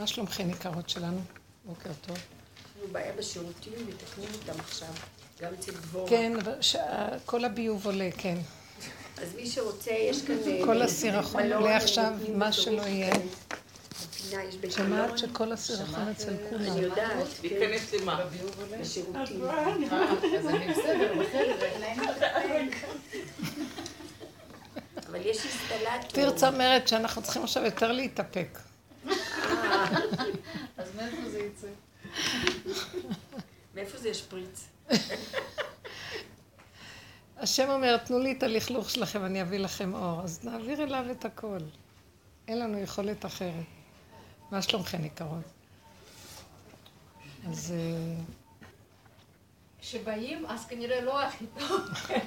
מה שלומכן יקרות שלנו? בוקר טוב. יש לנו בעיה בשירותים, מתקנים אותם עכשיו, גם אצל דבורה. כן, כל הביוב עולה, כן. אז מי שרוצה, יש כאן... כל הסירחון עולה עכשיו, מה שלא יהיה. בפינה יש בית שמעת מלון. שכל הסירחון אצל כולם. אני יודעת, להיכנס למה? בשירותים. אז אני בסדר, אבל יש אינסטלטור. תרצה אומרת שאנחנו צריכים עכשיו יותר להתאפק. אז מאיפה זה יצא? מאיפה זה ישפריץ? השם אומר, תנו לי את הלכלוך שלכם, אני אביא לכם אור. אז נעביר אליו את הכל. אין לנו יכולת אחרת. מה שלומכן יקרות? אז... שבאים, אז כנראה לא הכי טוב.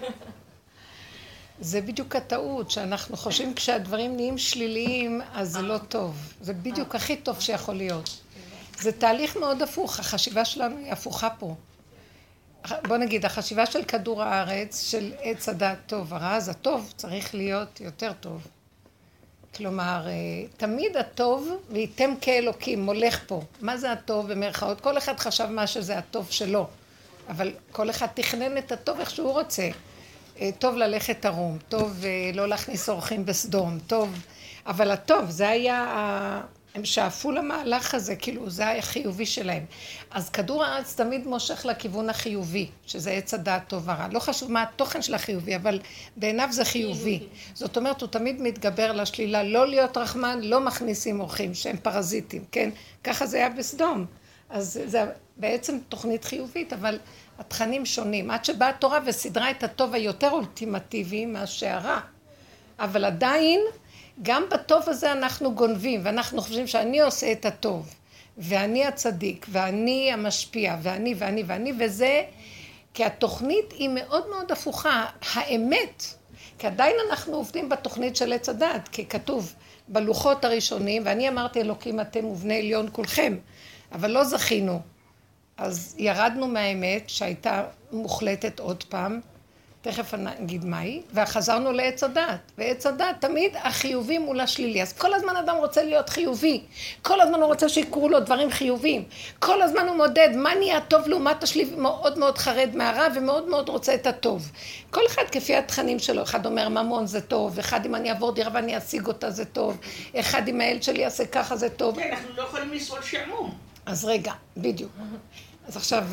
זה בדיוק הטעות, שאנחנו חושבים כשהדברים נהיים שליליים, אז זה לא טוב. זה בדיוק הכי טוב שיכול להיות. זה תהליך מאוד הפוך, החשיבה שלנו היא הפוכה פה. בוא נגיד, החשיבה של כדור הארץ, של עץ הדעת טוב, הרע, אז הטוב צריך להיות יותר טוב. כלומר, תמיד הטוב, וייתם כאלוקים, מולך פה. מה זה הטוב במרכאות? כל אחד חשב מה שזה הטוב שלו, אבל כל אחד תכנן את הטוב איך שהוא רוצה. טוב ללכת ערום, טוב לא להכניס אורחים בסדום, טוב, אבל הטוב, זה היה, הם שאפו למהלך הזה, כאילו זה היה חיובי שלהם. אז כדור הארץ תמיד מושך לכיוון החיובי, שזה עץ הדעת טוב ורע. לא חשוב מה התוכן של החיובי, אבל בעיניו זה חיובי. זאת אומרת, הוא תמיד מתגבר לשלילה, לא להיות רחמן, לא מכניסים אורחים שהם פרזיטים, כן? ככה זה היה בסדום. אז זה בעצם תוכנית חיובית, אבל התכנים שונים. עד שבאה התורה וסדרה את הטוב היותר אולטימטיבי מהשערה. אבל עדיין, גם בטוב הזה אנחנו גונבים, ואנחנו חושבים שאני עושה את הטוב, ואני הצדיק, ואני המשפיע, ואני, וזה, כי התוכנית היא מאוד מאוד הפוכה, האמת, כי עדיין אנחנו עובדים בתוכנית של עץ הדעת, כי כתוב בלוחות הראשונים, ואני אמרתי אלוקים אתם ובני עליון כולכם, אבל לא זכינו. אז ירדנו מהאמת שהייתה מוחלטת עוד פעם, תכף נגיד מהי, וחזרנו לעץ הדעת. ועץ הדעת תמיד החיובי מול השלילי. אז כל הזמן אדם רוצה להיות חיובי. כל הזמן הוא רוצה שיקרו לו דברים חיוביים. כל הזמן הוא מודד מה נהיה טוב לעומת השלילי, מאוד מאוד חרד מהרע ומאוד מאוד רוצה את הטוב. כל אחד כפי התכנים שלו. אחד אומר ממון זה טוב, אחד אם אני אעבור דירה ואני אשיג אותה זה טוב, אחד אם הילד שלי יעשה ככה זה טוב. כן, אנחנו לא יכולים לסבול שעמום. אז רגע, בדיוק. אז עכשיו,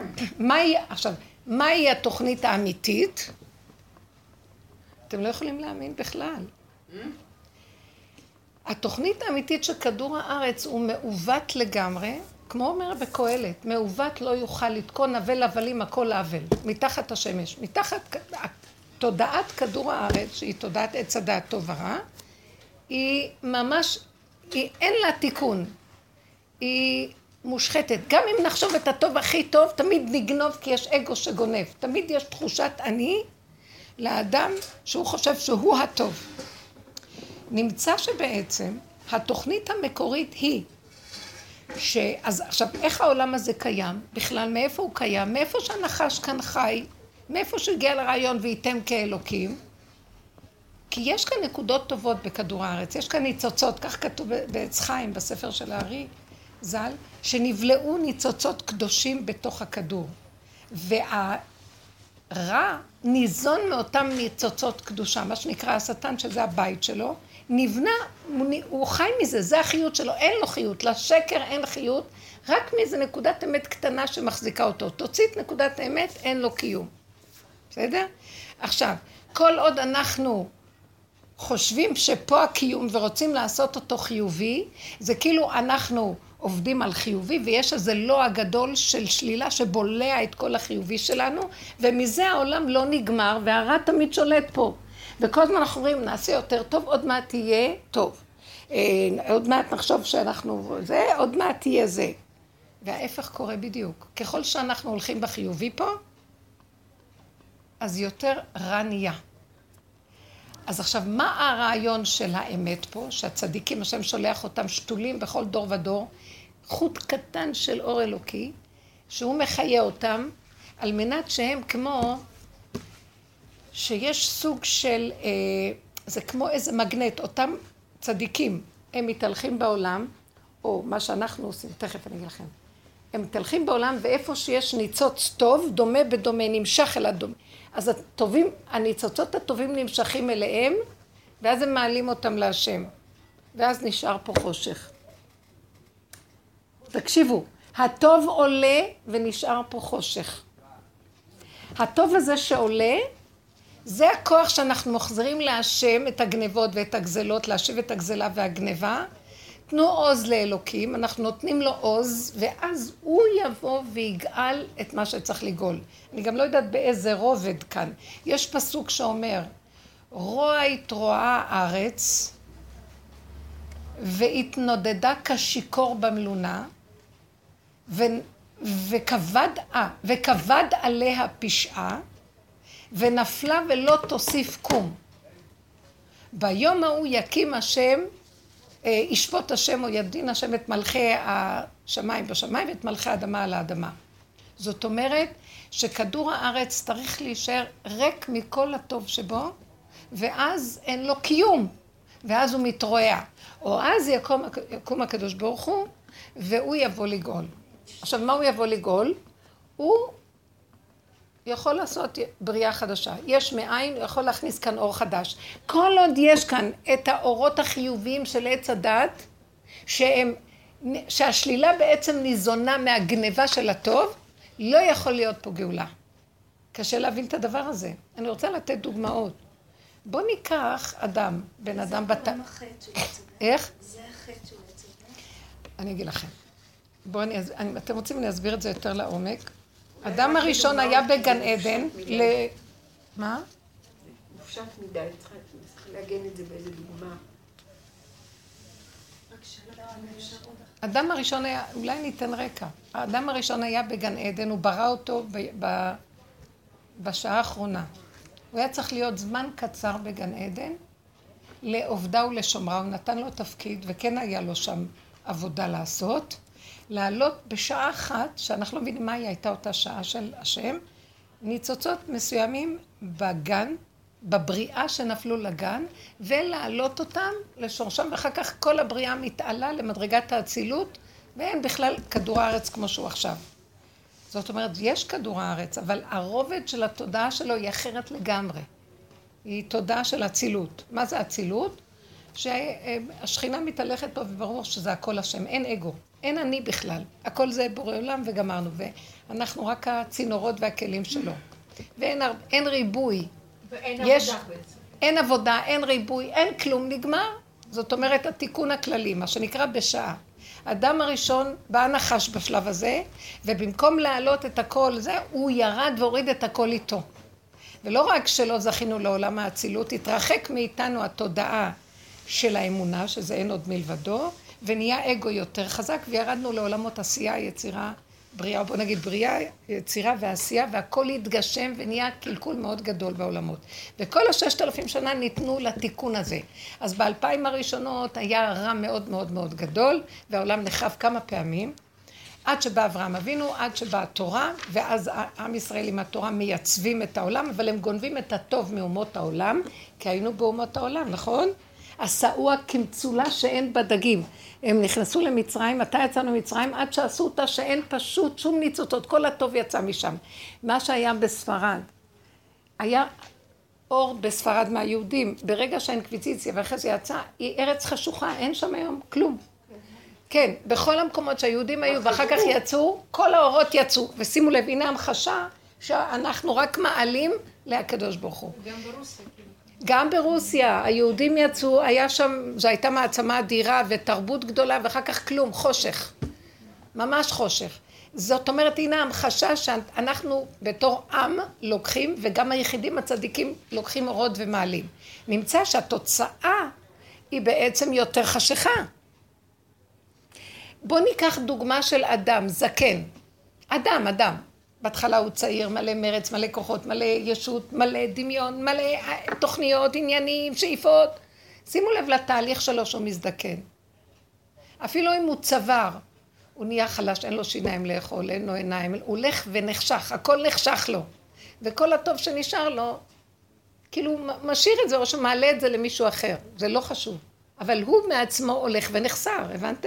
מהי התוכנית האמיתית? אתם לא יכולים להאמין בכלל. התוכנית האמיתית של כדור הארץ הוא מעוות לגמרי, כמו אומר בקהלת, מעוות לא יוכל לתקון אבל הבלים הכל עוול, מתחת השמש. מתחת תודעת כדור הארץ, שהיא תודעת עץ הדעת טוב ורע, היא ממש, אין לה תיקון. היא מושחתת. גם אם נחשוב את הטוב הכי טוב, תמיד נגנוב כי יש אגו שגונב. תמיד יש תחושת אני לאדם שהוא חושב שהוא הטוב. נמצא שבעצם התוכנית המקורית היא, אז עכשיו איך העולם הזה קיים? בכלל מאיפה הוא קיים? מאיפה שהנחש כאן חי? מאיפה שהגיע לרעיון וייתם כאלוקים? כי יש כאן נקודות טובות בכדור הארץ. יש כאן ניצוצות, כך כתוב בעץ חיים בספר של הארי ז"ל, שנבלעו ניצוצות קדושים בתוך הכדור. והרע ניזון מאותם ניצוצות קדושה, מה שנקרא השטן, שזה הבית שלו, נבנה, הוא חי מזה, זה החיות שלו, אין לו חיות, לשקר אין חיות, רק מאיזה נקודת אמת קטנה שמחזיקה אותו. תוציא את נקודת האמת, אין לו קיום. בסדר? עכשיו, כל עוד אנחנו חושבים שפה הקיום ורוצים לעשות אותו חיובי, זה כאילו אנחנו עובדים על חיובי, ויש איזה לא הגדול של שלילה שבולע את כל החיובי שלנו, ומזה העולם לא נגמר, והרע תמיד שולט פה. וכל הזמן אנחנו אומרים, נעשה יותר טוב, עוד מעט תהיה טוב. עוד מעט נחשוב שאנחנו זה, עוד מעט תהיה זה. וההפך קורה בדיוק. ככל שאנחנו הולכים בחיובי פה, אז יותר רע נהיה. אז עכשיו, מה הרעיון של האמת פה? שהצדיקים, השם שולח אותם שתולים בכל דור ודור, חוט קטן של אור אלוקי, שהוא מחיה אותם, על מנת שהם כמו, שיש סוג של, זה כמו איזה מגנט, אותם צדיקים, הם מתהלכים בעולם, או מה שאנחנו עושים, תכף אני אגיד לכם. הם מתהלכים בעולם, ואיפה שיש ניצוץ טוב, דומה בדומה, נמשך אל הדומה. אז הטובים, הניצוצות הטובים נמשכים אליהם, ואז הם מעלים אותם להשם. ואז נשאר פה חושך. תקשיבו, הטוב עולה ונשאר פה חושך. הטוב הזה שעולה, זה הכוח שאנחנו מחזירים להשם את הגנבות ואת הגזלות, להשיב את הגזלה והגנבה. תנו עוז לאלוקים, אנחנו נותנים לו עוז, ואז הוא יבוא ויגאל את מה שצריך לגאול. אני גם לא יודעת באיזה רובד כאן. יש פסוק שאומר, רוע התרועה הארץ, והתנודדה כשיקור במלונה, וכבד עליה פשעה, ונפלה ולא תוסיף קום. ביום ההוא יקים השם, ישפוט השם או ידין השם את מלכי השמיים בשמיים ואת מלכי האדמה על האדמה. זאת אומרת שכדור הארץ צריך להישאר ריק מכל הטוב שבו, ואז אין לו קיום, ואז הוא מתרועע. או אז יקום הקדוש ברוך הוא, והוא יבוא לגאול. עכשיו, מה הוא יבוא לגאול? הוא יכול לעשות בריאה חדשה. יש מאין, הוא יכול להכניס כאן אור חדש. כל עוד יש כאן את האורות החיוביים של עץ הדת, שהשלילה בעצם ניזונה מהגניבה של הטוב, לא יכול להיות פה גאולה. קשה להבין את הדבר הזה. אני רוצה לתת דוגמאות. בוא ניקח אדם, בן אדם זה החטא של עץ הדת. איך? זה החטא של עץ הדת. אני אגיד לכם. אתם רוצים אני אסביר את זה יותר לעומק? אדם הראשון היה בגן עדן, מה? מופשט מדי, צריך להגן את זה באיזה דוגמה. אדם הראשון היה, אולי ניתן רקע. האדם הראשון היה בגן עדן, הוא ברא אותו בשעה האחרונה. הוא היה צריך להיות זמן קצר בגן עדן, לעובדה ולשומרה, הוא נתן לו תפקיד, וכן היה לו שם עבודה לעשות, לעלות בשעה אחת, שאנחנו לא מבינים מהי הייתה אותה שעה של השם, ניצוצות מסוימים בגן, בבריאה שנפלו לגן, ולעלות אותם לשורשם, ואחר כך כל הבריאה מתעלה למדרגת האצילות, ואין בכלל כדור הארץ כמו שהוא עכשיו. זאת אומרת, יש כדור הארץ, אבל הרובד של התודעה שלו היא אחרת לגמרי. היא תודעה של אצילות. מה זה אצילות? שהשכינה מתהלכת פה וברור שזה הכל השם, אין אגו, אין אני בכלל. הכל זה בורא עולם וגמרנו, ואנחנו רק הצינורות והכלים שלו. ואין ריבוי. ואין יש, עבודה בעצם. אין עבודה, אין ריבוי, אין כלום, נגמר. זאת אומרת, התיקון הכללי, מה שנקרא בשעה. האדם הראשון בא נחש בשלב הזה, ובמקום להעלות את הכל זה, הוא ירד והוריד את הכל איתו. ולא רק שלא זכינו לעולם האצילות, התרחק מאיתנו התודעה של האמונה, שזה אין עוד מלבדו, ונהיה אגו יותר חזק, וירדנו לעולמות עשייה, יצירה, בריאה, בוא נגיד בריאה, יצירה ועשייה, והכל התגשם ונהיה קלקול מאוד גדול בעולמות. וכל 6,000 שנה ניתנו לתיקון הזה. אז ב2000 הראשונות היה רע מאוד מאוד מאוד גדול, והעולם נחרב כמה פעמים, עד שבא אברהם אבינו, עד שבא התורה, ואז עם ישראל עם התורה מייצבים את העולם, אבל הם גונבים את הטוב מאומות העולם, כי היינו באומות העולם, נכון? עשאוה כמצולה שאין בה דגים. הם נכנסו למצרים, מתי יצאנו ממצרים? עד שעשו אותה שאין פשוט שום ניצוצות, כל הטוב יצא משם. מה שהיה בספרד, היה אור בספרד מהיהודים, ברגע שהאינקוויזיציה ואחרי זה יצא, היא ארץ חשוכה, אין שם היום כלום. כן, בכל המקומות שהיהודים היו ואחר כך יצאו, כל האורות יצאו. ושימו לב, הנה המחשה שאנחנו רק מעלים להקדוש ברוך הוא. גם ברוסיה. גם ברוסיה, היהודים יצאו, היה שם, זו הייתה מעצמה אדירה ותרבות גדולה, ואחר כך כלום, חושך. ממש חושך. זאת אומרת, הנה המחשה שאנחנו בתור עם לוקחים, וגם היחידים הצדיקים לוקחים אורות ומעלים. נמצא שהתוצאה היא בעצם יותר חשיכה. בוא ניקח דוגמה של אדם, זקן. אדם. בהתחלה הוא צעיר, מלא מרץ, מלא כוחות, מלא ישות, מלא דמיון, מלא תוכניות, עניינים, שאיפות. שימו לב לתהליך שלו שהוא מזדקן. אפילו אם הוא צוואר, הוא נהיה חלש, אין לו שיניים לאכול, אין לו עיניים, הוא הולך ונחשך, הכל נחשך לו. וכל הטוב שנשאר לו, כאילו הוא משאיר את זה או שמעלה את זה למישהו אחר, זה לא חשוב. אבל הוא מעצמו הולך ונחסר, הבנתם?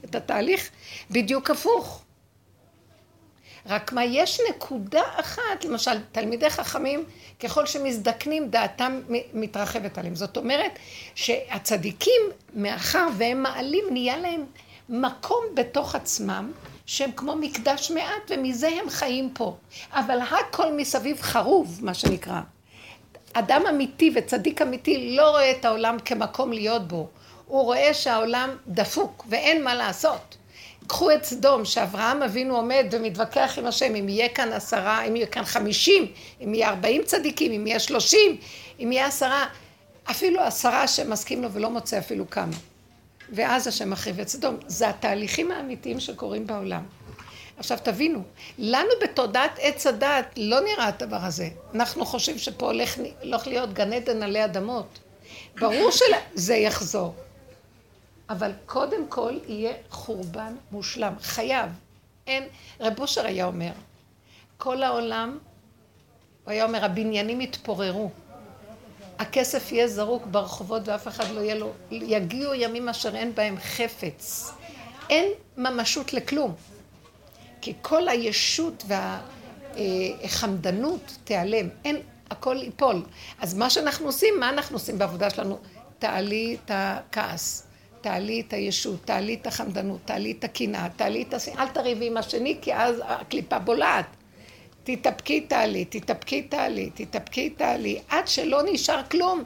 את התהליך בדיוק הפוך. רק מה, יש נקודה אחת, למשל, תלמידי חכמים, ככל שמזדקנים, דעתם מתרחבת עליהם. זאת אומרת שהצדיקים, מאחר והם מעלים, נהיה להם מקום בתוך עצמם, שהם כמו מקדש מעט, ומזה הם חיים פה. אבל הכל מסביב חרוב, מה שנקרא. אדם אמיתי וצדיק אמיתי לא רואה את העולם כמקום להיות בו. הוא רואה שהעולם דפוק ואין מה לעשות. קחו את סדום, שאברהם אבינו עומד ומתווכח עם השם, אם יהיה כאן 10, אם יהיה כאן 50, אם יהיה 40 צדיקים, אם יהיה 30, אם יהיה 10, אפילו 10 שמסכים לו ולא מוצא אפילו כמה. ואז השם מחריב את סדום. זה התהליכים האמיתיים שקורים בעולם. עכשיו תבינו, לנו בתודעת עץ הדעת לא נראה הדבר הזה. אנחנו חושבים שפה הולך להיות גן עדן עלי אדמות. ברור שזה יחזור. אבל קודם כל יהיה חורבן מושלם, חייב. אין, רב אושר היה אומר, כל העולם, הוא היה אומר, הבניינים יתפוררו. הכסף יהיה זרוק ברחובות ואף אחד לא יהיה לו, יגיעו ימים אשר אין בהם חפץ. אין ממשות לכלום. כי כל הישות והחמדנות תיעלם, אין, הכל ייפול. אז מה שאנחנו עושים, מה אנחנו עושים בעבודה שלנו? תעלי את הכעס, תעלי את הישות, תעלי את החמדנות, תעלי את הקנאה, תעלי את השנאה, אל תריבי עם השני, כי אז הקליפה בולעת. תתאפקי תעלי, תתאפקי תעלי, תתאפקי תעלי, עד שלא נשאר כלום.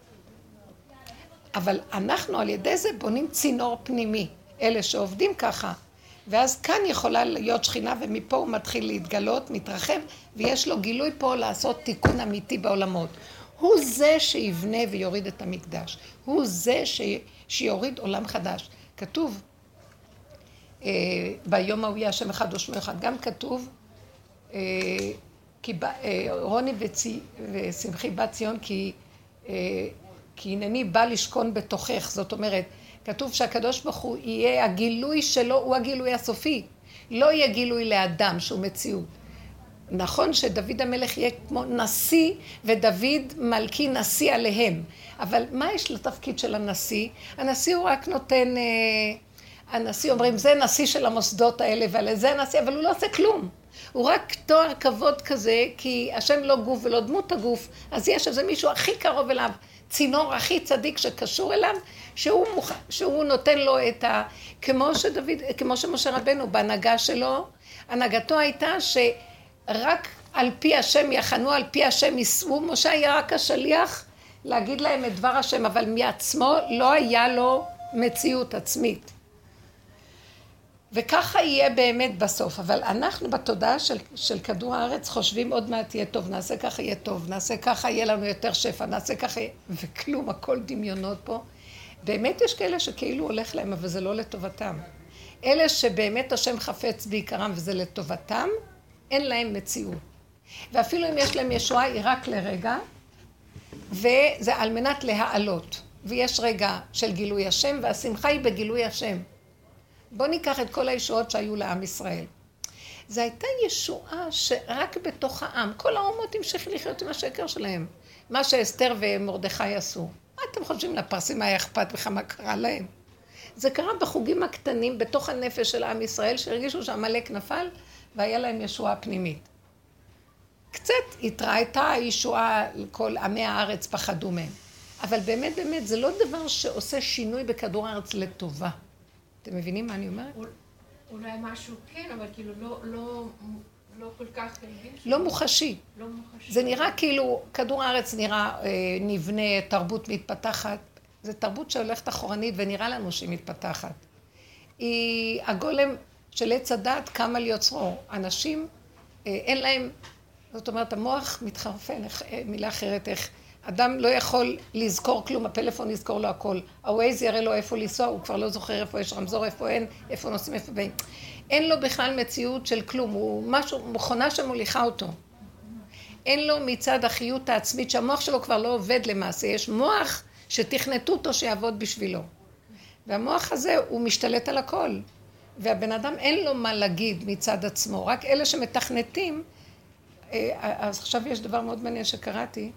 אבל אנחנו על ידי זה בונים צינור פנימי, אלה שעובדים ככה. ואז כאן יכולה להיות שכינה, ומפה הוא מתחיל להתגלות, מתרחב, ויש לו גילוי פה לעשות תיקון אמיתי בעולמות. הוא זה שיבנה ויוריד את המקדש. הוא זה שיוריד עולם חדש. כתוב, ביום ההוא יהיה השם אחד ושמו אחד, גם כתוב, רוני ושמחי בת ציון, כי הנני בא לשכון בתוכך. זאת אומרת, כתוב שהקדוש ברוך הוא יהיה הגילוי שלו, הוא הגילוי הסופי. לא יהיה גילוי לאדם שהוא מציאות. נכון שדוד המלך יהיה כמו נשיא, ודוד מלכי נשיא עליהם. אבל מה יש לתפקיד של הנשיא? הנשיא הוא רק נותן, הנשיא אומרים, זה נשיא של המוסדות האלה, וזה נשיא, אבל הוא לא עושה כלום. הוא רק תואר כבוד כזה, כי השם לא גוף ולא דמות הגוף, אז יש איזה מישהו הכי קרוב אליו, צינור הכי צדיק שקשור אליו, שהוא נותן לו את כמו שמשה רבנו, בהנהגה שלו, הנהגתו הייתה שרק על פי השם יחנו, על פי השם יישאו, משה היה רק השליח להגיד להם את דבר השם, אבל מעצמו לא היה לו מציאות עצמית. וככה יהיה באמת בסוף, אבל אנחנו בתודעה של כדור הארץ חושבים עוד מעט יהיה טוב, נעשה ככה יהיה טוב, נעשה ככה יהיה לנו יותר שפע, נעשה ככה יהיה, וכלום, הכל דמיונות פה. באמת יש כאלה שכאילו הולך להם, אבל זה לא לטובתם. אלה שבאמת השם חפץ בעיקרם וזה לטובתם, אין להם מציאות. ואפילו אם יש להם ישועה, היא רק לרגע, וזה על מנת להעלות. ויש רגע של גילוי השם, והשמחה היא בגילוי השם. בואו ניקח את כל הישועות שהיו לעם ישראל. זו הייתה ישועה שרק בתוך העם, כל האומות המשיכו לחיות עם השקר שלהם. מה שאסתר ומרדכי עשו. מה אתם חושבים לפרסים היה אכפת וכמה קרה להם? זה קרה בחוגים הקטנים בתוך הנפש של עם ישראל, שהרגישו שהמלאק נפל והיה להם ישועה פנימית. קצת התראתה הישועה לכל עמי הארץ פחדו מהם. אבל באמת באמת זה לא דבר שעושה שינוי בכדור הארץ לטובה. אתם מבינים מה אני אומרת? אולי משהו כן, אבל כאילו לא כל כך... לא מוחשי. לא מוחשי. זה נראה כאילו, כדור הארץ נראה נבנה, תרבות מתפתחת. זה תרבות שהולכת אחורנית ונראה לנו שהיא מתפתחת. היא הגולם של עץ הדת קם על יוצרו. אנשים, אין להם, זאת אומרת, המוח מתחרפן, מילה אחרת, איך אדם לא יכול לזכור כלום, הפלאפון יזכור לו הכל. הווייז יראה לו איפה לנסוע, הוא כבר לא זוכר איפה יש רמזור, איפה אין, איפה נוסעים, איפה באים. אין לו בכלל מציאות של כלום, הוא משהו, מכונה שמוליכה אותו. אין לו מצד החיות העצמית, שהמוח שלו כבר לא עובד למעשה, יש מוח שתכנתו אותו שיעבוד בשבילו. והמוח הזה הוא משתלט על הכל. והבן אדם אין לו מה להגיד מצד עצמו, רק אלה שמתכנתים, אז עכשיו יש דבר מאוד מעניין שקראתי,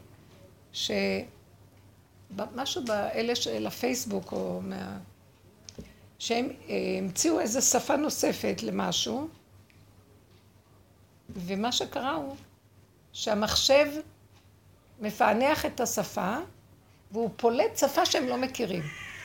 שמשהו באלה של הפייסבוק או שהם המציאו איזו שפה נוספת למשהו, ומה שקרה הוא שהמחשב מפענח את השפה, והוא פולט שפה שהם לא מכירים.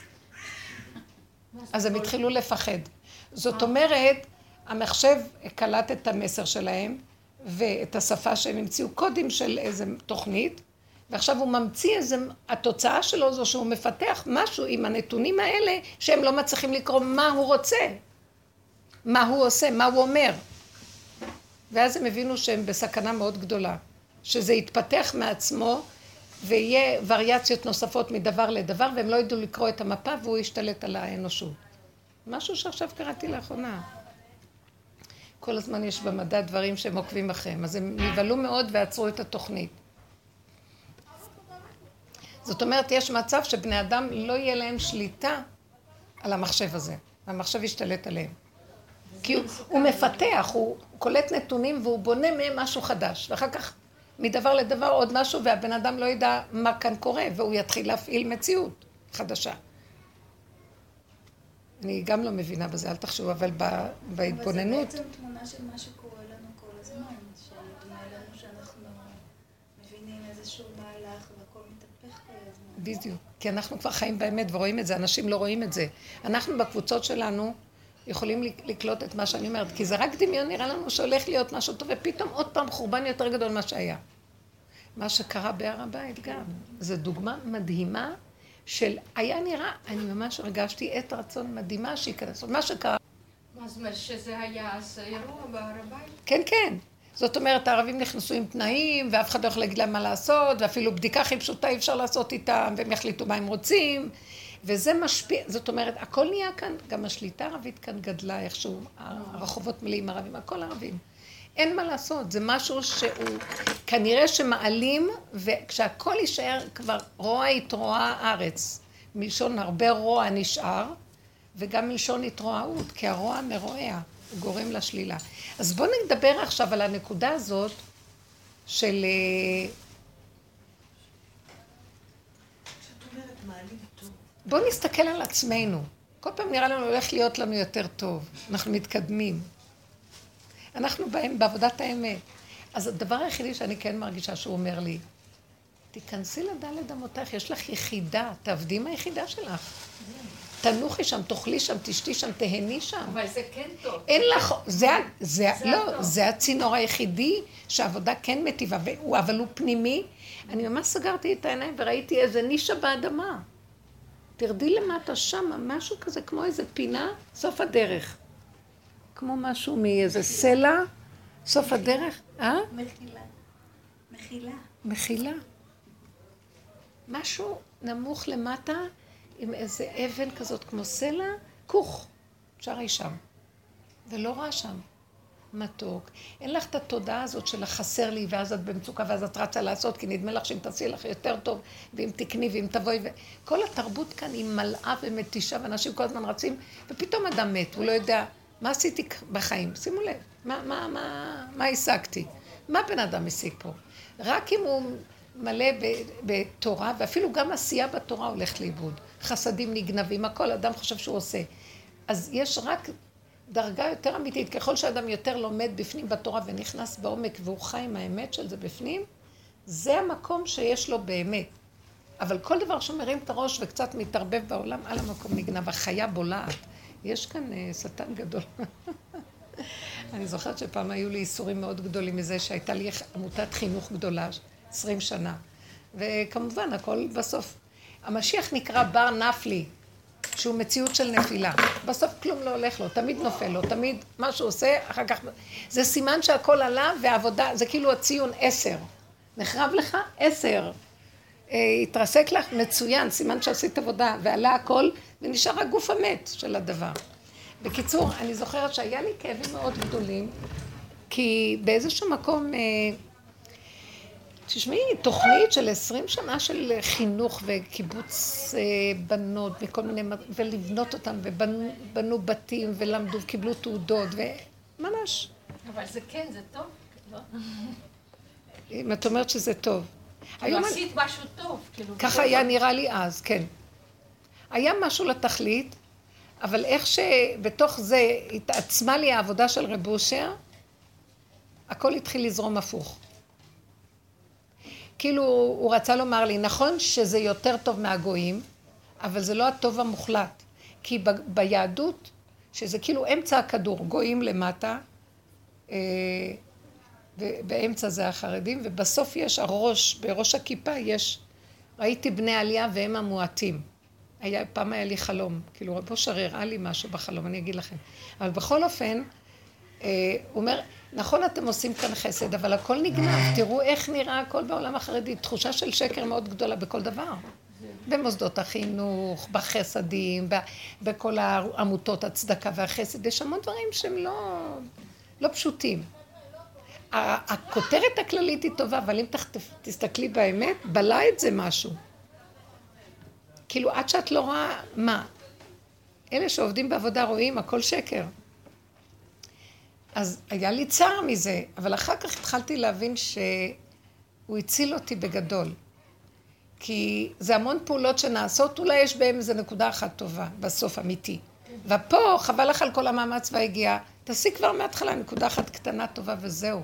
אז הם התחילו לפחד. זאת אומרת, המחשב קלט את המסר שלהם, ואת השפה שהם המציאו קודים של איזו תוכנית, ועכשיו הוא ממציא איזה, התוצאה שלו זו שהוא מפתח משהו עם הנתונים האלה, שהם לא מצליחים לקרוא מה הוא רוצה, מה הוא עושה, מה הוא אומר. ואז הם הבינו שהם בסכנה מאוד גדולה, שזה יתפתח מעצמו, ויהיה וריאציות נוספות מדבר לדבר, והם לא ידעו לקרוא את המפה, והוא ישתלט על האנושות. משהו שעכשיו קראתי לאחרונה. כל הזמן יש במדע דברים שהם עוקבים אחריהם, אז הם נבהלו מאוד ועצרו את התוכנית. זאת אומרת, יש מצב שבני אדם לא יהיה להם שליטה על המחשב הזה, והמחשב ישתלט עליהם. כי הוא מפתח, הוא קולט נתונים והוא בונה מהם משהו חדש, ואחר כך מדבר לדבר עוד משהו, והבן אדם לא ידע מה כאן קורה, והוא יתחיל להפעיל מציאות חדשה. אני גם לא מבינה בזה, אל תחשבו, אבל בהתבוננות... אבל זה בעצם תמונה של מה שקורה לנו כל הזמן, שנדמה לנו שאנחנו מבינים איזשהו מהלך והכל מתהפך כל הזמן. בדיוק, כי אנחנו כבר חיים באמת ורואים את זה, אנשים לא רואים את זה. אנחנו בקבוצות שלנו יכולים לקלוט את מה שאני אומרת, כי זה רק דמיון, נראה לנו שהולך להיות משהו טוב, ופתאום עוד פעם חורבן יותר גדול ממה שהיה. מה שקרה בהר הבית גם, זו דוגמה מדהימה של, היה נראה, אני ממש הרגשתי עת רצון מדהימה שייכנס. מה שקרה... מה זאת אומרת שזה היה אז אירוע בהר הבית? כן, כן. זאת אומרת, הערבים נכנסו עם תנאים, ואף אחד לא יכול להגיד להם מה לעשות, ואפילו בדיקה הכי פשוטה אי אפשר לעשות איתם, והם יחליטו מה הם רוצים. וזה משפיע, זאת אומרת, הכל נהיה כאן, גם השליטה הערבית כאן גדלה איכשהו, הרחובות מלאים ערבים, הכל ערבים. אין מה לעשות, זה משהו שהוא כנראה שמעלים, וכשהכל יישאר כבר רוע יתרוע הארץ, מלשון הרבה רוע נשאר, וגם מלשון יתרועאות, כי הרוע מרועע, הוא גורם לשלילה. אז בואו נדבר עכשיו על הנקודה הזאת של... בואו נסתכל על עצמנו. כל פעם נראה לנו הולך להיות לנו יותר טוב. אנחנו מתקדמים. אנחנו באים בעבודת האמת. אז הדבר היחידי שאני כן מרגישה שהוא אומר לי, תיכנסי לדלת אמותייך, יש לך יחידה, תעבדי עם היחידה שלך. תנוחי שם, תאכלי שם, תשתי שם, תהני שם. אבל זה כן טוב. אין לך, זה הצינור היחידי שהעבודה כן מטיבה, אבל הוא פנימי. אני ממש סגרתי את העיניים וראיתי איזה נישה באדמה. תרדי למטה שם, משהו כזה, כמו איזה פינה, סוף הדרך. כמו משהו מאיזה סלע, סוף הדרך. מחילה. משהו נמוך למטה, עם איזה אבן כזאת כמו סלע, כוך, אפשר אי שם. ולא רע שם. מתוק. אין לך את התודעה הזאת של החסר לי, ואז את במצוקה, ואז את רצה לעשות, כי נדמה לך שאם תעשי לך יותר טוב, ואם תקני, ואם תבואי, כל התרבות כאן היא מלאה ומתישה, ואנשים כל הזמן רצים, ופתאום אדם מת, הוא לא יודע, מה עשיתי בחיים? שימו לב, מה השגתי? מה בן אדם השיג פה? רק אם הוא מלא בתורה, ואפילו גם עשייה בתורה הולך לאיבוד. חסדים נגנבים, הכל אדם חושב שהוא עושה. אז יש רק דרגה יותר אמיתית, ככל שאדם יותר לומד בפנים בתורה ונכנס בעומק והוא חי עם האמת של זה בפנים, זה המקום שיש לו באמת. אבל כל דבר שמרים את הראש וקצת מתערבב בעולם, על המקום נגנב, החיה בולעת. יש כאן שטן גדול. אני זוכרת שפעם היו לי איסורים מאוד גדולים מזה, שהייתה לי עמותת חינוך גדולה, 20 שנה. וכמובן, הכל בסוף. המשיח נקרא בר נפלי, שהוא מציאות של נפילה. בסוף כלום לא הולך לו, תמיד נופל לו, תמיד מה שהוא עושה, אחר כך... זה סימן שהכל עלה, והעבודה, זה כאילו הציון 10. נחרב לך 10. התרסק לך מצוין, סימן שעשית עבודה, ועלה הכל, ונשאר הגוף המת של הדבר. בקיצור, אני זוכרת שהיה לי כאבים מאוד גדולים, כי באיזשהו מקום... תשמעי, תוכנית של 20 שנה של חינוך וקיבוץ בנות וכל מיני, ולבנות אותם, ובנו בתים ולמדו וקיבלו תעודות, וממש. אבל זה כן, זה טוב, לא? אם את אומרת שזה טוב. כאילו עשית משהו טוב, כאילו. ככה היה נראה לי אז, כן. היה משהו לתכלית, אבל איך שבתוך זה התעצמה לי העבודה של רב אושר, הכל התחיל לזרום הפוך. כאילו הוא רצה לומר לי, נכון שזה יותר טוב מהגויים, אבל זה לא הטוב המוחלט. כי ביהדות, שזה כאילו אמצע הכדור, גויים למטה, ובאמצע זה החרדים, ובסוף יש הראש, בראש הכיפה יש, ראיתי בני עלייה והם המועטים. פעם היה לי חלום, כאילו רב אושר הראה לי משהו בחלום, אני אגיד לכם. אבל בכל אופן, הוא אומר, נכון אתם עושים כאן חסד, אבל הכל נגנב, תראו איך נראה הכל בעולם החרדי, תחושה של שקר מאוד גדולה בכל דבר. במוסדות החינוך, בחסדים, בכל העמותות הצדקה והחסד, יש המון דברים שהם לא פשוטים. הכותרת הכללית היא טובה, אבל אם תסתכלי באמת, בלה את זה משהו. כאילו עד שאת לא רואה מה. אלה שעובדים בעבודה רואים, הכל שקר. אז היה לי צער מזה, אבל אחר כך התחלתי להבין שהוא הציל אותי בגדול. כי זה המון פעולות שנעשות, אולי יש בהם איזו נקודה אחת טובה, בסוף אמיתי. ופה חבל לך על כל המאמץ וההגיעה, תעשי כבר מההתחלה נקודה אחת קטנה טובה וזהו.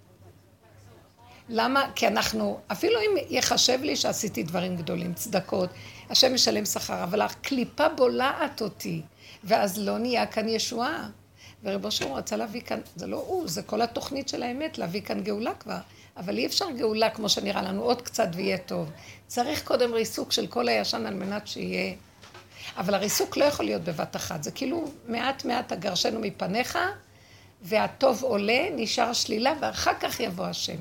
למה? כי אנחנו, אפילו אם יחשב לי שעשיתי דברים גדולים, צדקות, השם משלם שכר, אבל הקליפה בולעת אותי, ואז לא נהיה כאן ישועה. ורב אושר רצה להביא כאן, זה לא הוא, זה כל התוכנית של האמת, להביא כאן גאולה כבר. אבל אי אפשר גאולה כמו שנראה לנו, עוד קצת ויהיה טוב. צריך קודם ריסוק של כל הישן על מנת שיהיה... אבל הריסוק לא יכול להיות בבת אחת, זה כאילו מעט מעט הגרשנו מפניך, והטוב עולה, נשאר שלילה, ואחר כך יבוא השם.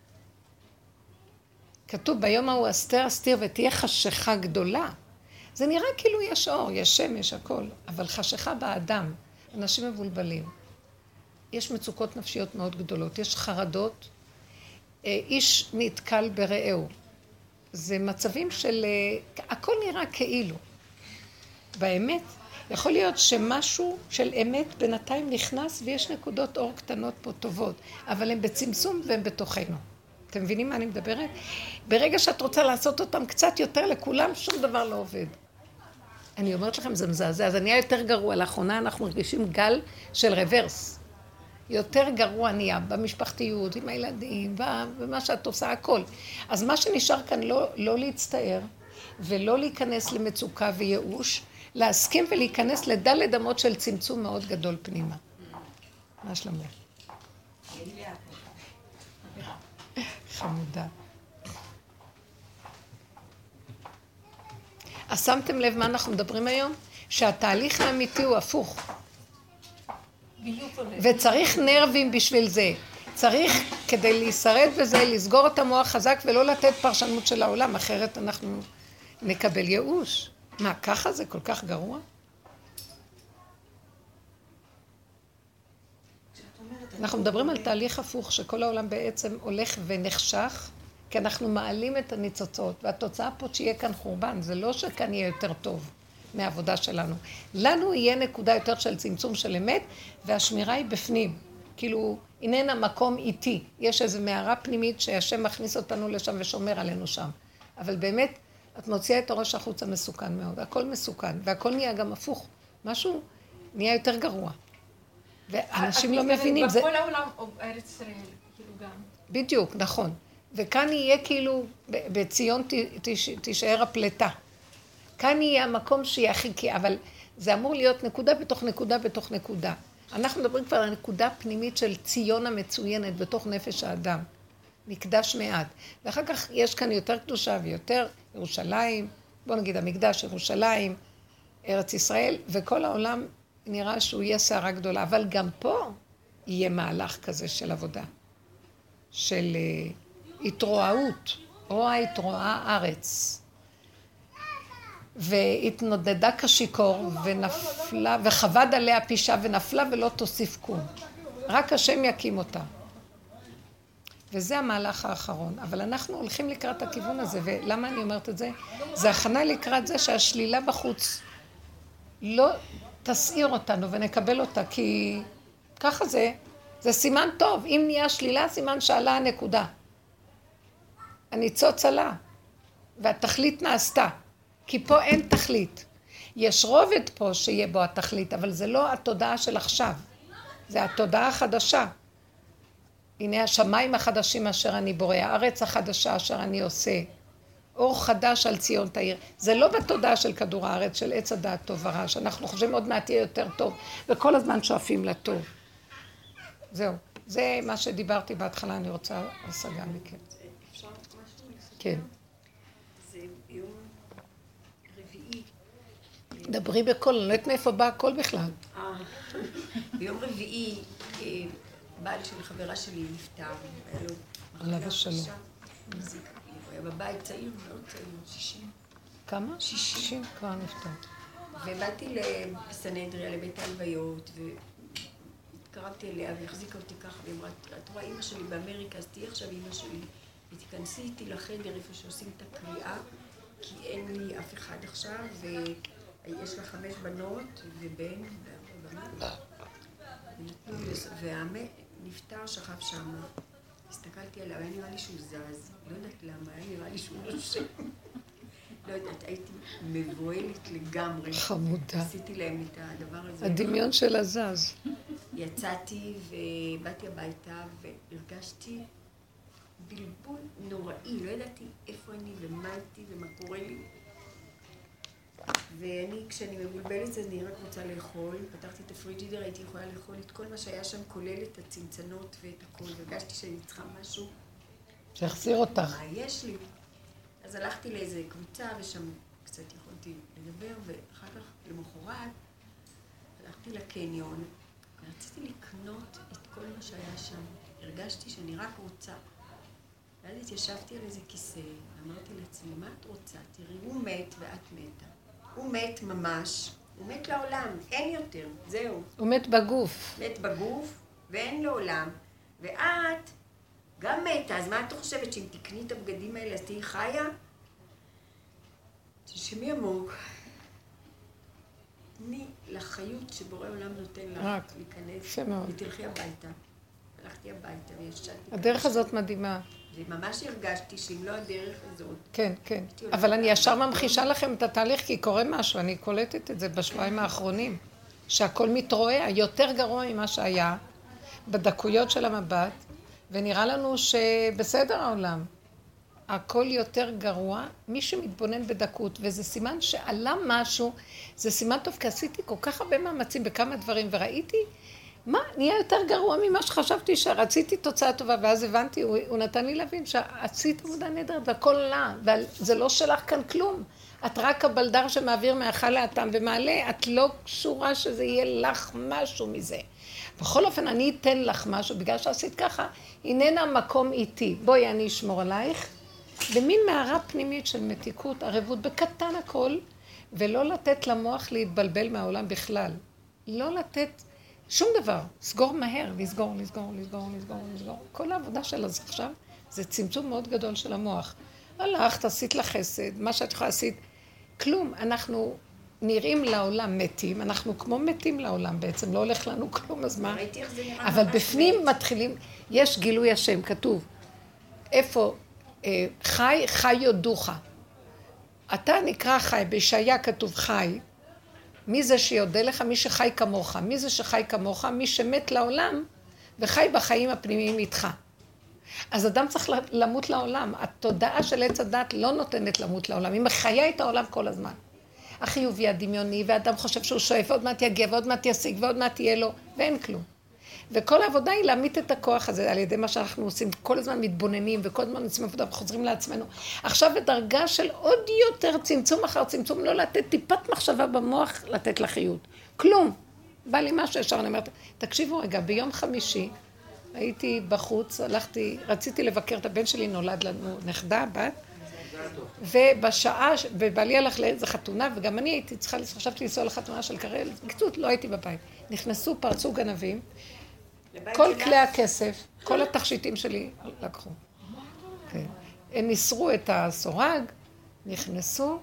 כתוב ביום ההוא אסתר אסתיר ותהיה חשיכה גדולה. זה נראה כאילו יש אור, יש שמש, הכל, אבל חשיכה באדם, אנשים מבולבלים. יש מצוקות נפשיות מאוד גדולות, יש חרדות, איש נתקל ברעהו. זה מצבים של... הכל נראה כאילו. באמת, יכול להיות שמשהו של אמת בינתיים נכנס ויש נקודות אור קטנות פה טובות, אבל הן בצמצום והן בתוכנו. אתם מבינים מה אני מדברת? ברגע שאת רוצה לעשות אותם קצת יותר לכולם, שום דבר לא עובד. אני אומרת לכם, זה מזעזע. אז נהיה יותר גרוע. לאחרונה אנחנו מרגישים גל של רוורס. יותר גרוע נהיה במשפחתיות, עם הילדים, במה שאת עושה, הכל. אז מה שנשאר כאן לא להצטער, ולא להיכנס למצוקה וייאוש, להסכים ולהיכנס לדלת אמות של צמצום מאוד גדול פנימה. מה שלומך? חמודה. אז שמתם לב מה אנחנו מדברים היום? שהתהליך האמיתי הוא הפוך. וצריך נרבים בשביל זה. צריך כדי להישרד בזה, לסגור את המוח חזק ולא לתת פרשנות של העולם, אחרת אנחנו נקבל ייאוש. מה, ככה זה כל כך גרוע? אנחנו מדברים על תהליך הפוך שכל העולם בעצם הולך ונחשך, כי אנחנו מעלים את הניצוצות, והתוצאה פה שיהיה כאן חורבן, זה לא שכאן יהיה יותר טוב מהעבודה שלנו. לנו יהיה נקודה יותר של צמצום של אמת, והשמירה היא בפנים. כאילו, איננה מקום איתי. יש איזו מערה פנימית שהשם מכניס אותנו לשם ושומר עלינו שם. אבל באמת, את מוציאה את הראש החוצה מסוכן מאוד. הכל מסוכן, והכל נהיה גם הפוך. משהו נהיה יותר גרוע. ואנשים לא מבינים. בכל העולם ארץ ישראל, כאילו גם. בדיוק, נכון. וכאן יהיה כאילו, בציון תישאר הפלטה. כאן יהיה המקום שיהיה הכי, אבל זה אמור להיות נקודה בתוך נקודה בתוך נקודה. אנחנו מדברים כבר על נקודה פנימית של ציון המצוינת בתוך נפש האדם. מקדש מעט. ואחר כך יש כאן יותר קדושה ויותר ירושלים, בוא נגיד המקדש ירושלים, ארץ ישראל, וכל העולם נראה שהוא יהיה שערה גדולה. אבל גם פה יהיה מהלך כזה של עבודה, של התרועעות, רוע התרועה ארץ. והתנודדה כשיכור ונפלה, וחבד עליה פישה ונפלה ולא תוסיף קום. רק השם יקים אותה. וזה המהלך האחרון. אבל אנחנו הולכים לקראת הכיוון הזה, ולמה אני אומרת את זה? זה הכנה לקראת זה שהשלילה בחוץ לא תסעיר אותנו ונקבל אותה, כי ככה זה סימן טוב. אם נהיה שלילה, סימן שעלה הנקודה. הניצוץ עלה, והתכלית נעשתה. כי פה אין תכלית. יש רובד פה שיהיה בו התכלית, אבל זה לא התודעה של עכשיו. זה התודעה החדשה. הנה השמיים החדשים אשר אני בורא, הארץ החדשה אשר אני עושה. אור חדש על ציון תאיר. זה לא בתודעה של כדור הארץ, של עץ הדעת טוב ורע, שאנחנו חושבים עוד מעט יהיה יותר טוב, וכל הזמן שואפים לטוב. זהו. זה מה שדיברתי בהתחלה, אני רוצה השגה מכם. אפשר משהו? כן. זה יום רביעי. דברי בקול, אני לא יודעת מאיפה בא הקול בכלל. ביום רביעי, בעל של חברה שלי נפטר, היה לו עליו השלום. הוא היה בבית צעיר, מאוד צעיר, 60. כמה? 60. 60 כבר נפטר. ובאתי בסנהדריה לבית ההלוויות, והתקרבתי אליה והחזיקה אותי ככה, והיא אמרה, את רואה אמא שלי באמריקה, אז תהיי עכשיו אמא שלי, ותיכנסי איתי לחדר איפה שעושים את הקריאה, כי אין לי אף אחד עכשיו, ויש לה 5 בנות ובן, והאמת נפטר, שכב שם. הסתכלתי עליו, היה נראה לי שהוא זז, לא יודעת למה, היה נראה לי שהוא נושם. לא יודעת, הייתי מבוהלת לגמרי. חמודה. עשיתי להם את הדבר הזה. הדמיון של הזז. יצאתי ובאתי הביתה והרגשתי בלבול נוראי, לא ידעתי איפה אני ומה הייתי ומה קורה לי. ואני, כשאני מבולבלת, אז אני רק רוצה לאכול. פתחתי את הפריג'ידר, הייתי יכולה לאכול את כל מה שהיה שם, כולל את הצנצנות ואת הכל. והרגשתי שאני צריכה משהו. שיחזיר אותך. מה יש לי? אז הלכתי לאיזה קבוצה, ושם קצת יכולתי לדבר, ואחר כך, למחרת, הלכתי לקניון, ורציתי לקנות את כל מה שהיה שם. הרגשתי שאני רק רוצה. ואז התיישבתי על איזה כיסא, ואמרתי לעצמי, מה את רוצה? תראי, הוא מת ואת מתה. הוא מת ממש, הוא מת לעולם, אין יותר, זהו. הוא מת בגוף. מת בגוף, ואין לעולם. ואת גם מתה, אז מה את חושבת, שאם תקני את הבגדים האלה, אז תהיי חיה? תשמעי עמוק. תני לחיות שבורא עולם נותן לך להיכנס, ותלכי הביתה. הלכתי הביתה וישנתי. הדרך הזאת מדהימה. וממש הרגשתי שאם לא הדרך הזאת... כן, כן. אבל אני ישר ממחישה לכם את התהליך, כי קורה משהו, אני קולטת את זה בשבועיים האחרונים, שהכל מתרועע יותר גרוע ממה שהיה בדקויות של המבט, ונראה לנו שבסדר העולם. הכל יותר גרוע, מי שמתבונן בדקות, וזה סימן שעלה משהו, זה סימן טוב, כי עשיתי כל כך הרבה מאמצים בכמה דברים, וראיתי מה, נהיה יותר גרוע ממה שחשבתי שרציתי תוצאה טובה, ואז הבנתי, הוא נתן לי להבין שעשית עבודה נהדרת, והכל עלה, וזה לא שלך כאן כלום. את רק הבלדר שמעביר מהאכל לאטם ומעלה, את לא קשורה שזה יהיה לך משהו מזה. בכל אופן, אני אתן לך משהו, בגלל שעשית ככה, איננה מקום איתי. בואי, אני אשמור עלייך, במין מערה פנימית של מתיקות, ערבות, בקטן הכל, ולא לתת למוח להתבלבל מהעולם בכלל. לא לתת שום דבר, סגור מהר, לסגור. כל העבודה שלה עכשיו זה צמצום מאוד גדול של המוח. הלכת, עשית לך חסד, מה שאת יכולה עשית, כלום. אנחנו נראים לעולם מתים, אנחנו כמו מתים לעולם בעצם, לא הולך לנו כלום, אז מה? אבל בפנים מתחילים, יש גילוי השם, כתוב, איפה חי יודוך. אתה נקרא חי, בישעיה כתוב חי, מי זה שיודע לך? מי שחי כמוך. מי זה שחי כמוך? מי שמת לעולם וחי בחיים הפנימיים איתך. אז אדם צריך למות לעולם. התודעה של עץ הדת לא נותנת למות לעולם. היא מחיה את העולם כל הזמן. החיובי הדמיוני, ואדם חושב שהוא שואף, ועוד מעט יגיע, ועוד מעט ישיג, ועוד מעט יהיה לו, ואין כלום. וכל העבודה היא להעמיד את הכוח הזה על ידי מה שאנחנו עושים, כל הזמן מתבוננים וכל הזמן עושים עבודה וחוזרים לעצמנו. עכשיו בדרגה של עוד יותר צמצום אחר צמצום, לא לתת טיפת מחשבה במוח, לתת לחיות. כלום. בא לי משהו ישר, אני אומרת, תקשיבו רגע, ביום חמישי הייתי בחוץ, רציתי לבקר את הבן שלי, נולד לנו נכדה, בת, ובשעה, ובעלי הלך לאיזו חתונה, וגם אני הייתי צריכה, חשבתי לנסוע לחתונה של קרל, בקצות, לא הייתי בבית. נכנסו, פרצו גנבים, כל כלי הכסף, כל התכשיטים שלי לקחו. כן. הם ניסרו את הסורג, נכנסו.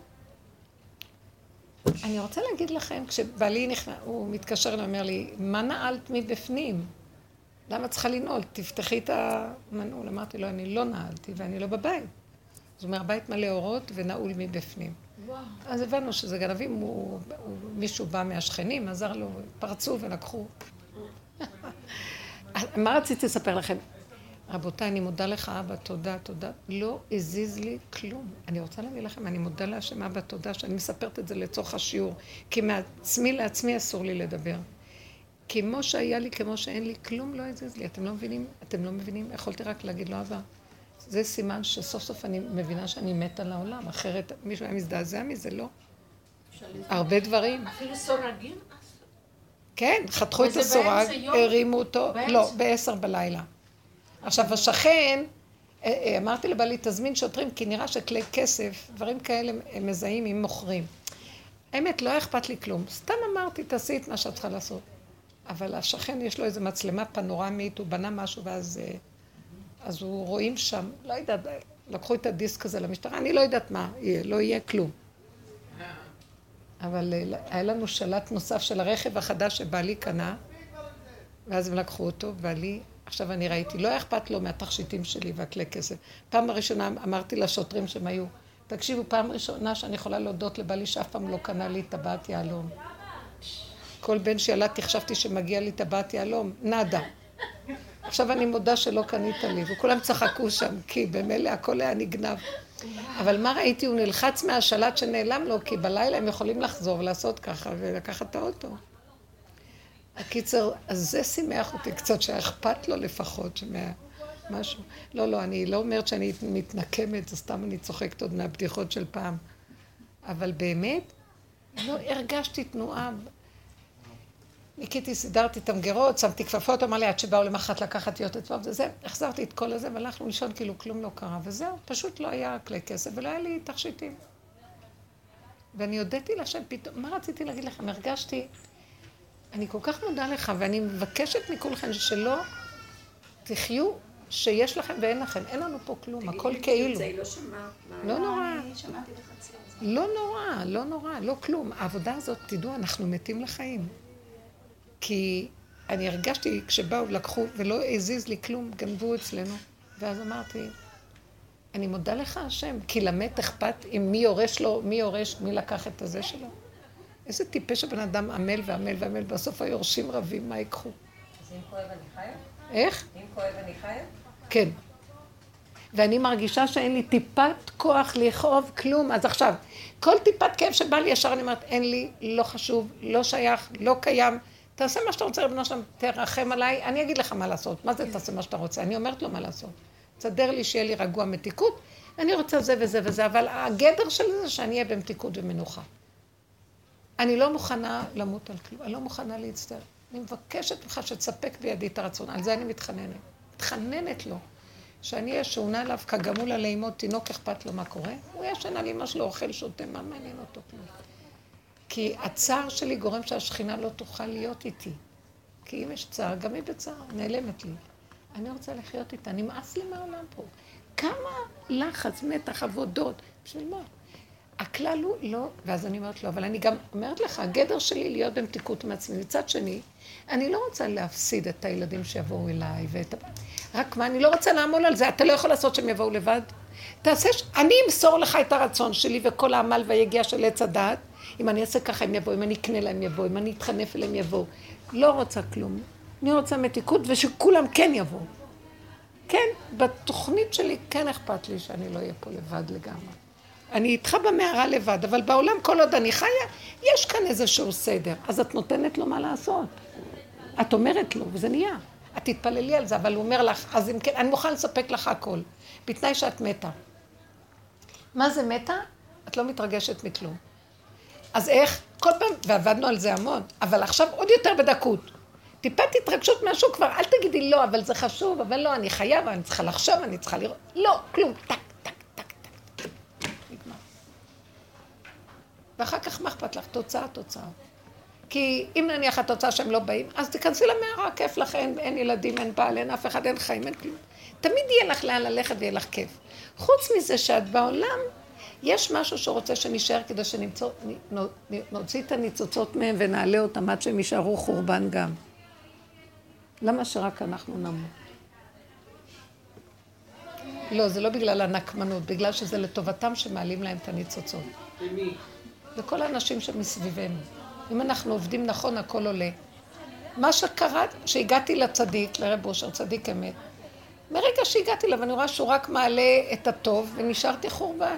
אני רוצה להגיד לכם, כשבעלי נכנס, הוא מתקשר אליי, אומר לי, מה נעלת מבפנים? למה צריכה לנעול? תפתחי את המנעול. אמרתי לו, אני לא נעלתי ואני לא בבית. זאת אומרת, הבית מלא אורות ונעול מבפנים. אז הבנו שזה גנבים, מישהו בא מהשכנים, עזר לו, פרצו ולקחו. מה רציתי לספר לכם? רבותיי, אני מודה לך, אבא, תודה, תודה. לא הזיז לי כלום. אני רוצה להגיד לכם, אני מודה להשם, אבא, תודה, שאני מספרת את זה לצורך השיעור. כי מעצמי לעצמי אסור לי לדבר. כמו שהיה לי, כמו שאין לי, כלום לא הזיז לי. אתם לא מבינים? אתם לא מבינים? יכולתי רק להגיד לו, אבא, זה סימן שסוף סוף אני מבינה שאני מתה לעולם. אחרת מישהו היה מזדעזע מזה, לא? הרבה דברים. אפילו סורגים? כן, חתכו את הסורג, הרימו אותו, לא, ב10 בלילה. עכשיו, השכן, אמרתי לבעלי, תזמין שוטרים, כי נראה שכלי כסף, דברים כאלה הם מזהים עם מוכרים. האמת, לא אכפת לי כלום. סתם אמרתי, תעשי את מה שאת צריכה לעשות. אבל השכן יש לו איזו מצלמה פנורמית, הוא בנה משהו ואז אז הוא רואים שם, לא יודעת, לקחו את הדיסק הזה למשטרה, אני לא יודעת מה יהיה, לא יהיה כלום. אבל היה לנו שלט נוסף של הרכב החדש שבעלי קנה, ואז הם לקחו אותו, בעלי, עכשיו אני ראיתי, לא אכפת לו מהתכשיטים שלי והכלי כסף. פעם הראשונה אמרתי לשוטרים שהם היו, תקשיבו, פעם ראשונה שאני יכולה להודות לבעלי שאף פעם לא קנה לי טבעת יהלום. כל בן שילדתי חשבתי שמגיע לי טבעת יהלום, נדה. עכשיו אני מודה שלא קנית לי, וכולם צחקו שם, כי במילא הכל היה נגנב. אבל מה ראיתי? הוא נלחץ מהשלט שנעלם לו, כי בלילה הם יכולים לחזור ולעשות ככה, ולקחת את האוטו. הקיצר, אז זה שימח אותי קצת, שאכפת לו לפחות, משהו. לא, אני לא אומרת שאני מתנקמת, זה סתם אני צוחקת עוד מהבדיחות של פעם. אבל באמת, לא הרגשתי תנועה. ניקיתי, סידרתי את המגירות, שמתי כפפות, אמר לי, עד שבאו למחרת לקחת להיות אצבעות, וזה, החזרתי את כל הזה, והלכנו לישון כאילו כלום לא קרה, וזהו, פשוט לא היה כלי כסף, ולא היה לי תכשיטים. ואני הודיתי לשם פתאום, מה רציתי להגיד לכם? הרגשתי, אני כל כך מודה לך, ואני מבקשת מכולכם שלא תחיו שיש לכם ואין לכם, אין לנו פה כלום, הכל כאילו. לא נורא. אני שמעתי בחצי. לא נורא, לא כלום. העבודה הזאת, תדעו, אנחנו מתים לחיים. כי אני הרגשתי כשבאו לקחו ולא הזיז לי כלום, גנבו אצלנו. ואז אמרתי, אני מודה לך השם, כי למת אכפת אם מי יורש לו, מי יורש, מי לקח את הזה שלו. איזה טיפש הבן אדם עמל ועמל ועמל, בסוף היורשים רבים, מה ייקחו? אז אם כואב אני חיה? איך? אם כואב אני חיה? כן. ואני מרגישה שאין לי טיפת כוח לכאוב כלום. אז עכשיו, כל טיפת כאב שבא לי ישר, אני אומרת, אין לי, לא חשוב, לא שייך, לא קיים. תעשה מה שאתה רוצה, רבנו שלום, תרחם עליי, אני אגיד לך מה לעשות. מה זה תעשה מה שאתה רוצה? אני אומרת לו מה לעשות. תסדר לי שיהיה לי רגוע מתיקות, אני רוצה זה וזה וזה, אבל הגדר של זה שאני אהיה במתיקות ומנוחה. אני לא מוכנה למות על כלום, אני לא מוכנה להצטער. אני מבקשת ממך שתספק בידי את הרצון, על זה אני מתחננת לו. שאני אהיה שעונה עליו כגמול על אימו, תינוק אכפת לו מה קורה, הוא ישן על אמא שלו, אוכל, שותה, מה מעניין אותו כלום. כי הצער שלי גורם שהשכינה לא תוכל להיות איתי. כי אם יש צער, גם היא בצער, נעלמת לי. אני רוצה לחיות איתה, נמאס לי מהעולם פה. כמה לחץ, מתח, עבודות, בשביל מה? הכלל הוא לא, ואז אני אומרת לו, אבל אני גם אומרת לך, הגדר שלי להיות במתיקות מעצמי. מצד שני, אני לא רוצה להפסיד את הילדים שיבואו אליי, רק מה, אני לא רוצה לעמול על זה, אתה לא יכול לעשות שהם יבואו לבד. תעשה, אני אמסור לך את הרצון שלי וכל העמל והיגיע של עץ הדעת, אם אני אעשה ככה הם יבואו, אם אני אקנה להם יבואו, אם אני אתחנף אליהם יבואו. לא רוצה כלום. אני רוצה מתיקות ושכולם כן יבואו. כן, בתוכנית שלי כן אכפת לי שאני לא אהיה פה לבד לגמרי. אני איתך במערה לבד, אבל בעולם כל עוד אני חיה, יש כאן איזשהו סדר. אז את נותנת לו מה לעשות. את אומרת לו, וזה נהיה. את תתפללי על זה, אבל הוא אומר לך, אז אם כן, אני מוכן לספק לך הכל. בתנאי שאת מתה. מה זה מתה? את לא מתרגשת מכלום. אז איך? כל פעם, ועבדנו על זה המון, אבל עכשיו עוד יותר בדקות. טיפת התרגשות משהו כבר, אל תגידי לא, אבל זה חשוב, אבל לא, אני חייב, אני צריכה לחשוב, אני צריכה לראות. לא, כלום, טק, טק, טק, טק. נגמר. ואחר כך מה אכפת לך? תוצאה. כי אם נניח התוצאה שהם לא באים, אז תכנסי למערה, כיף לך, אין ילדים, אין בעל, אין אף אחד, אין חיים, אין כלום. תמיד יהיה לך לאן ללכת ויהיה לך כיף. חוץ מזה שאת בעולם, יש משהו שרוצה שנשאר כדי שנוציא את הניצוצות מהם ונעלה אותם עד שהם יישארו חורבן גם. למה שרק אנחנו נמות? לא, זה לא בגלל הנקמנות, בגלל שזה לטובתם שמעלים להם את הניצוצות. למי? לכל האנשים שמסביבנו. אם אנחנו עובדים נכון, הכל עולה. מה שקרה, שהגעתי לצדיק, לרב אושר, צדיק אמת, מרגע שהגעתי אליו, אני רואה שהוא רק מעלה את הטוב, ונשארתי חורבן.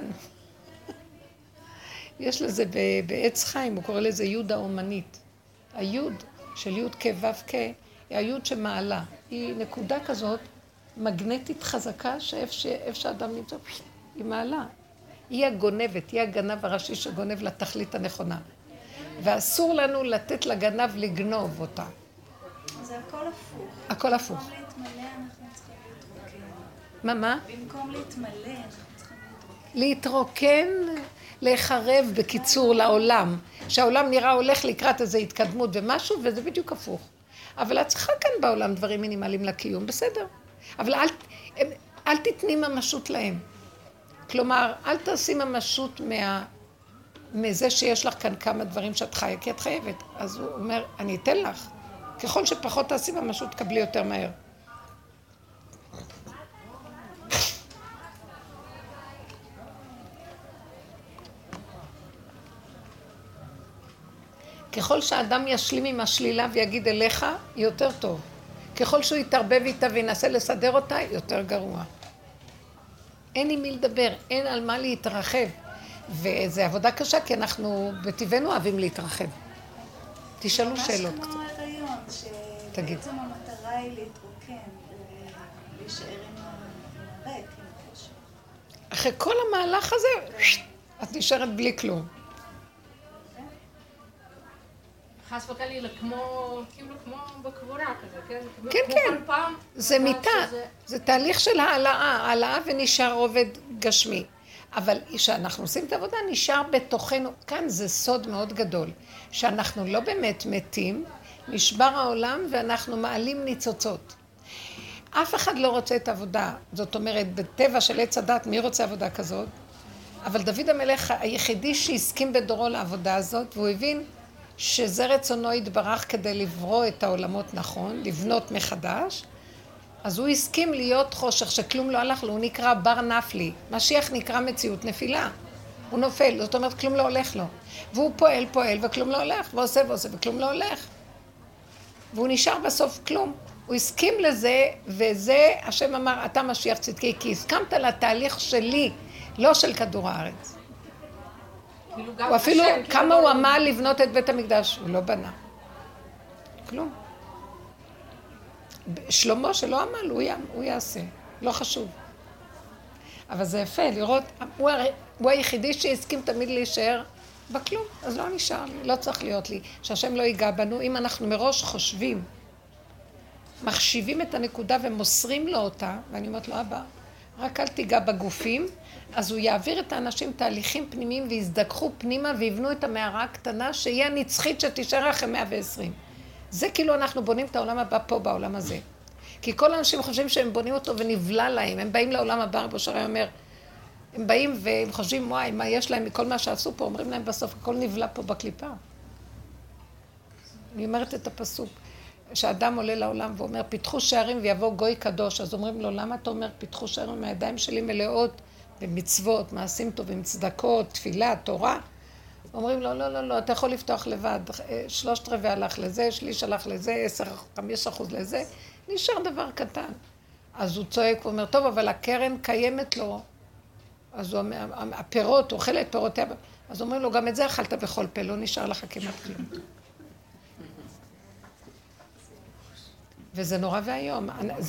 יש לזה בעץ חיים, הוא קורא לזה יוד האומנית. היוד של יוד כו' היא היוד שמעלה. היא נקודה כזאת, מגנטית חזקה, שאיפה שאדם נמצא, היא מעלה. היא הגונבת, היא הגנב הראשי שגונב לתכלית הנכונה. ואסור לנו לתת לגנב לגנוב אותה. זה הכל הפוך. הכל הפוך. במקום להתמלא אנחנו צריכים להתרוקן. מה? במקום להתמלא אנחנו צריכים להתרוקן. להתרוקן, להיחרב בקיצור לעולם. שהעולם נראה הולך לקראת איזו התקדמות ומשהו, וזה בדיוק הפוך. אבל את צריכה כאן בעולם דברים מינימליים לקיום, בסדר. אבל אל תתני ממשות להם. כלומר, אל תעשי ממשות מזה שיש לך כאן כמה דברים שאת חיה, כי את חייבת. אז הוא אומר, אני אתן לך. ככל שפחות תעשי ממשות, תקבלי יותר מהר. ככל שהאדם ישלים עם השלילה ויגיד אליך, יותר טוב. ככל שהוא יתערבב איתה וינסה לסדר אותה, יותר גרוע. אין עם מי לדבר, אין על מה להתרחב. וזו עבודה קשה, כי אנחנו בטבענו אוהבים להתרחב. תשאלו שאלות קצת. ממש כמו הרעיון, תגיד. שבעצם המטרה היא להתרוקן, להישאר עם הריק, עם הקשר. אחרי כל המהלך הזה, את נשארת בלי כלום. חס וחלילה, כאילו כמו בקבורה כזה, כן? כן, כמו כן. כל פעם, זה לדעת מיטה, שזה- זה תהליך של העלאה ונשאר עובד גשמי. אבל כשאנחנו עושים את העבודה, נשאר בתוכנו, כאן זה סוד מאוד גדול, שאנחנו לא באמת מתים, נשבר העולם ואנחנו מעלים ניצוצות. אף אחד לא רוצה את העבודה, זאת אומרת, בטבע של עץ הדת, מי רוצה עבודה כזאת? אבל דוד המלך היחידי שהסכים בדורו לעבודה הזאת, והוא הבין שזה רצונו התברך כדי לברוא את העולמות נכון, לבנות מחדש, אז הוא הסכים להיות חושך שכלום לא הלך לו, הוא נקרא בר נפלי. משיח נקרא מציאות נפילה. הוא נופל, זאת אומרת כלום לא הולך לו. והוא פועל וכלום לא הולך, ועושה וכלום לא הולך. והוא נשאר בסוף כלום. הוא הסכים לזה, וזה השם אמר, אתה משיח צדקי, כי הסכמת לתהליך שלי, לא של כדור הארץ. כאילו גם הוא אפילו, השם, כמה כאילו הוא לא- עמל לבנות את בית המקדש, הוא לא בנה. כלום. שלמה שלא עמל, הוא יעשה, לא חשוב. אבל זה יפה, לראות, הוא היחידי שהסכים תמיד להישאר בכלום, אז לא נשאר לי, לא צריך להיות לי, שהשם לא ייגע בנו, אם אנחנו מראש חושבים, מחשיבים את הנקודה ומוסרים לו אותה, ואני אומרת לו, אבא, רק אל תיגע בגופים, אז הוא יעביר את האנשים תהליכים פנימיים ויזדקחו פנימה ויבנו את המערה הקטנה שהיא הנצחית שתישאר אחרי 120. זה כאילו אנחנו בונים את העולם הבא פה בעולם הזה. כי כל האנשים חושבים שהם בונים אותו ונבלע להם, הם באים לעולם הבא, רבו שרי אומר, הם באים והם חושבים, וואי, מה יש להם מכל מה שעשו פה, אומרים להם בסוף, הכל נבלע פה בקליפה. אני אומרת את הפסוק, שאדם עולה לעולם ואומר, פיתחו שערים ויבוא גוי קדוש, אז אומרים לו, למה אתה אומר, פיתחו שערים, הידיים שלי מלאות במצוות, מעשים טובים, צדקות, תפילה, תורה. אומרים לו, לא, לא, לא, אתה יכול לפתוח לבד, 3/4 הלך לזה, 1/3 הלך לזה, 5% לזה, נשאר דבר קטן. אז הוא צועק ואומר, טוב, אבל הקרן קיימת לו, אז הוא אומר, הפירות, אוכל את פירותיה, אז אומרים לו, גם את זה אכלת בכל פה, לא נשאר לך כמעט כלום. וזה נורא והיום.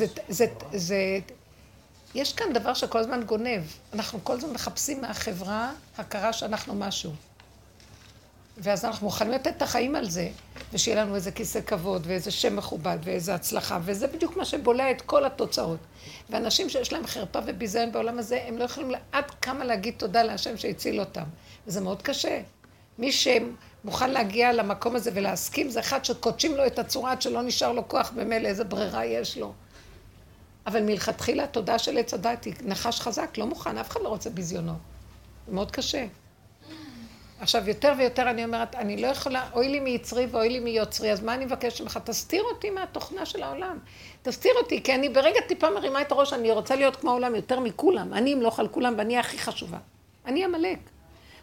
יש כאן דבר שכל הזמן גונב. אנחנו כל הזמן מחפשים מהחברה הכרה שאנחנו משהו. ואז אנחנו מוכנים לתת את החיים על זה, ושיהיה לנו איזה כיסא כבוד, ואיזה שם מכובד, ואיזה הצלחה, וזה בדיוק מה שבולע את כל התוצאות. ואנשים שיש להם חרפה וביזיון בעולם הזה, הם לא יכולים עד כמה להגיד תודה להשם שהציל אותם. וזה מאוד קשה. מי שמוכן להגיע למקום הזה ולהסכים, זה אחד שקודשים לו את הצורה עד שלא נשאר לו כוח במילא, איזה ברירה יש לו. אבל מלכתחילה, תודה של עץ הדת, היא נחש חזק, לא מוכן, אף אחד לא רוצה ביזיונות. זה מאוד קשה. עכשיו, יותר ויותר אני אומרת, אני לא יכולה, אוי לי מיצרי ואוי לי מיוצרי, אז מה אני מבקש ממך? תסתיר אותי מהתוכנה של העולם. תסתיר אותי, כי אני ברגע טיפה מרימה את הראש, אני רוצה להיות כמו העולם יותר מכולם. אני אמלוך על כולם ואני הכי חשובה. אני המלך.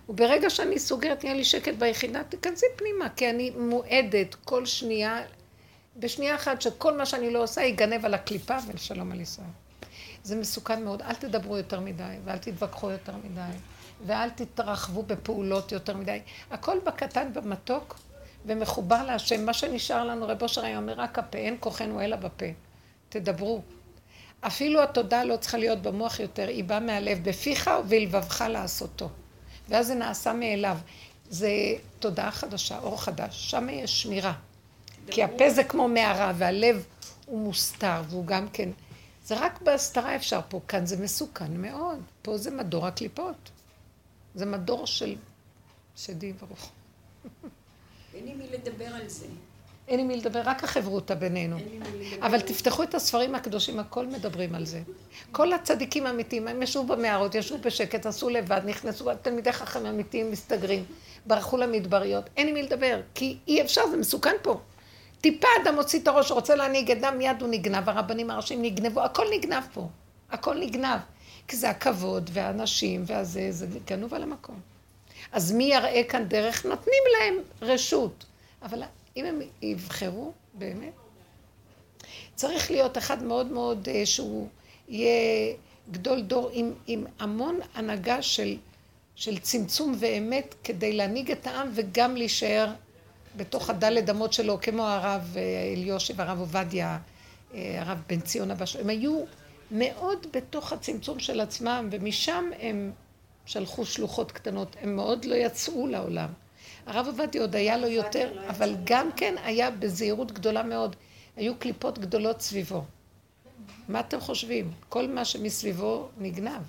וברגע שאני סוגרת, נהיה לי שקט ביחידה, תכנסי פנימה, כי אני מועדת כל שנייה, בשנייה אחת שכל מה שאני לא עושה ייגנב על הקליפה ולשלום על ישראל. זה מסוכן מאוד, אל תדברו יותר מדי, ואל תתווכחו יותר מדי, ואל תתרחבו בפעולות יותר מדי. הכל בקטן במתוק, ומחובר להשם. מה שנשאר לנו, רב אושר היה אומר, רק הפה, אין כוחנו אלא בפה. תדברו. אפילו התודה לא צריכה להיות במוח יותר, היא באה מהלב, בפיך ובלבבך לעשותו. ואז זה נעשה מאליו. זה תודעה חדשה, אור חדש, שם יש שמירה. כי הפה זה כמו מערה, והלב הוא מוסתר, והוא גם כן... זה רק בהסתרה אפשר פה, כאן זה מסוכן מאוד. פה זה מדור הקליפות. זה מדור של שדי ברוך. אין לי מי לדבר על זה. אין לי מי לדבר, רק החברותה בינינו. אבל תפתחו את הספרים הקדושים, הכל מדברים על זה. כל הצדיקים האמיתיים, הם ישבו במערות, ישבו בשקט, עשו לבד, נכנסו, תלמידי חכם אמיתיים מסתגרים, ברחו למדבריות. אין לי מי לדבר, כי אי אפשר, זה מסוכן פה. טיפה אדם מוציא את הראש, רוצה להנהיג אדם, מיד הוא נגנב, הרבנים הראשיים נגנבו, הכל נגנב פה. הכל נגנב. כי זה הכבוד והאנשים והזה, זה גנוב על המקום. אז מי יראה כאן דרך? נותנים להם רשות. אבל אם הם יבחרו, באמת, צריך להיות אחד מאוד מאוד שהוא יהיה גדול דור עם המון הנהגה של צמצום ואמת כדי להנהיג את העם וגם להישאר בתוך הדלת אמות שלו, כמו הרב אליושיב, הרב עובדיה, הרב בן ציון הבא שלו. הם היו מאוד בתוך הצמצום של עצמם, ומשם הם שלחו שלוחות קטנות. הם מאוד לא יצאו לעולם. הרב עובדיה עוד היה לו יותר, אבל גם כן היה בזהירות גדולה מאוד. היו קליפות גדולות סביבו. מה אתם חושבים? כל מה שמסביבו נגנב.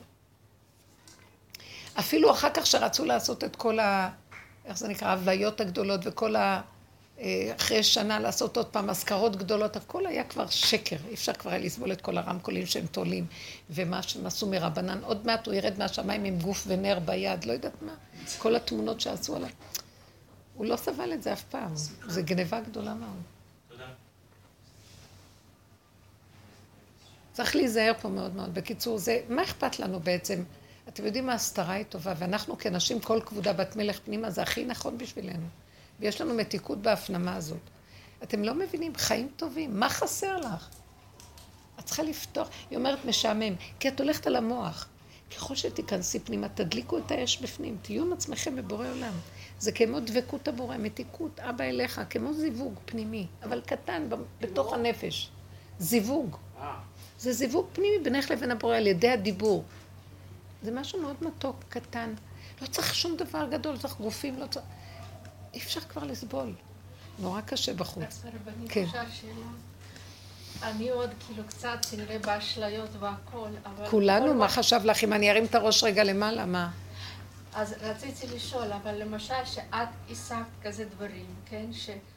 אפילו אחר כך שרצו לעשות את כל איך זה נקרא, ההוויות הגדולות וכל אחרי שנה לעשות עוד פעם הזכרות גדולות, הכל היה כבר שקר. אי אפשר כבר לסבול את כל הרמקולים שהם תולים, ומה שהם עשו מרבנן. עוד מעט הוא ירד מהשמיים עם גוף ונר ביד, לא יודעת מה. כל התמונות שעשו עליו. הוא לא סבל את זה אף פעם. זה גניבה גדולה מאוד. תודה. צריך להיזהר פה מאוד מאוד. בקיצור, מה אכפת לנו בעצם? אתם יודעים מה, הסתרה היא טובה, ואנחנו כנשים כל כבודה בת מלך פנימה, זה הכי נכון בשבילנו. ויש לנו מתיקות בהפנמה הזאת. אתם לא מבינים, חיים טובים, מה חסר לך? את צריכה לפתוח, היא אומרת משעמם, כי את הולכת על המוח. ככל שתיכנסי פנימה, תדליקו את האש בפנים, תהיו עם עצמכם בבורא עולם. זה כמו דבקות הבורא, מתיקות, אבא אליך, כמו זיווג פנימי, אבל קטן, בתוך הנפש. זיווג. זה זיווג פנימי בינך לבין הבורא, על ידי הדיבור. זה משהו מאוד מתוק, קטן. לא צריך שום דבר גדול, צריך גופים, לא צריך... אי אפשר כבר לסבול. נורא קשה בחוץ. כן. אני עוד כאילו קצת כנראה באשליות והכל, אבל... כולנו, מה חשב לך? אם אני ארים את הראש רגע למעלה, מה? אז רציתי לשאול, אבל למשל שאת השגת כזה דברים, כן?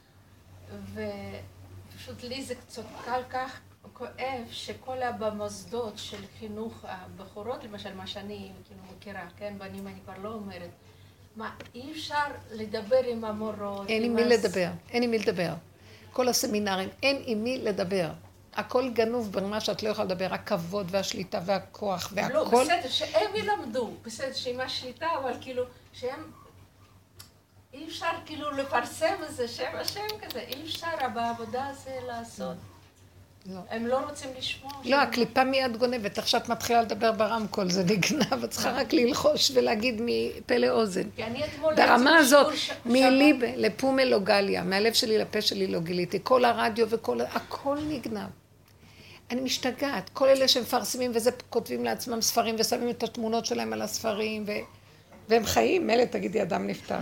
ופשוט לי זה קצת כל כך כואב שכל במוסדות של חינוך הבחורות, למשל מה שאני כאילו מכירה, כן? בנים אני כבר לא אומרת. מה, אי אפשר לדבר עם המורות? אין עם מי לדבר, אין עם מי לדבר. כל הסמינרים, אין עם מי לדבר. הכל גנוב במה שאת לא יכולה לדבר, הכבוד והשליטה והכוח והכל. לא, בסדר, שהם ילמדו, בסדר, שעם השליטה, אבל כאילו, שהם... אי אפשר כאילו לפרסם איזה שם השם כזה, אי אפשר בעבודה הזה לעשות. לא. הם לא רוצים לשמוע. לא, הקליפה מיד גונבת, עכשיו את מתחילה לדבר ברמקול, זה נגנב, את צריכה רק ללחוש ולהגיד מפה לאוזן. ברמה הזאת, מליב לפומל לא גליה, מהלב שלי לפה שלי לא גיליתי, כל הרדיו וכל, הכל נגנב. אני משתגעת, כל אלה שמפרסמים וזה כותבים לעצמם ספרים ושמים את התמונות שלהם על הספרים, והם חיים, מילא תגידי אדם נפטר.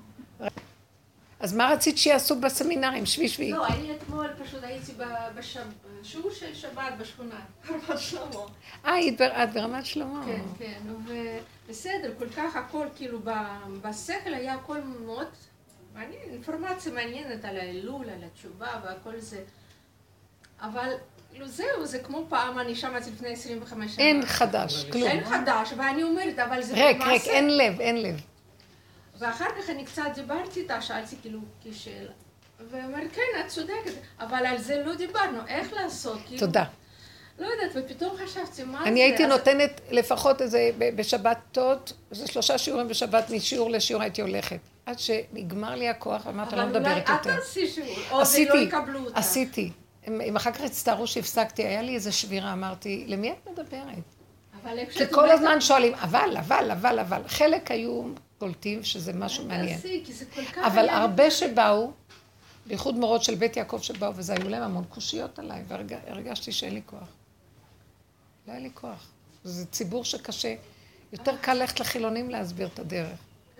אז מה רצית שיעשו בסמינרים? שבי. לא, אני אתמול פשוט הייתי בשיעור של שבת בשכונה, ברמת שלמה. את ברמת שלמה. כן, ובסדר, כל כך הכל, כאילו בשכל היה הכל מאוד מעניין, אינפורמציה מעניינת על האלול, על התשובה והכל זה. אבל זהו, זה כמו פעם, אני שמעתי לפני 25 שנה. אין חדש, כלום. אין חדש, ואני אומרת, אבל זה ריק, אין לב. ואחר כך אני קצת דיברתי איתה, שאלתי כאילו כשאלה. ואומרת, כן, את צודקת, אבל על זה לא דיברנו, איך לעשות? תודה. לא יודעת, ופתאום חשבתי, מה זה? אני הייתי נותנת לפחות איזה, בשבתות, זה 3 שיעורים בשבת, משיעור לשיעור הייתי הולכת. עד שנגמר לי הכוח, אמרת, לא מדברת יותר. אבל אולי את תעשי שיעור, או זה לא יקבלו אותה. עשיתי. אם אחר כך הצטערו שהפסקתי, היה לי איזה שבירה, אמרתי, למי את מדברת? כי כל הזמן שואלים, אבל. חלק היו קולטים שזה משהו מעניין. אבל הרבה שבאו, בייחוד מורות של בית יעקב שבאו, וזה היו להם המון קושיות עליי, והרגשתי שאין לי כוח. לא היה לי כוח. זה ציבור שקשה. יותר קל ללכת לחילונים להסביר את הדרך.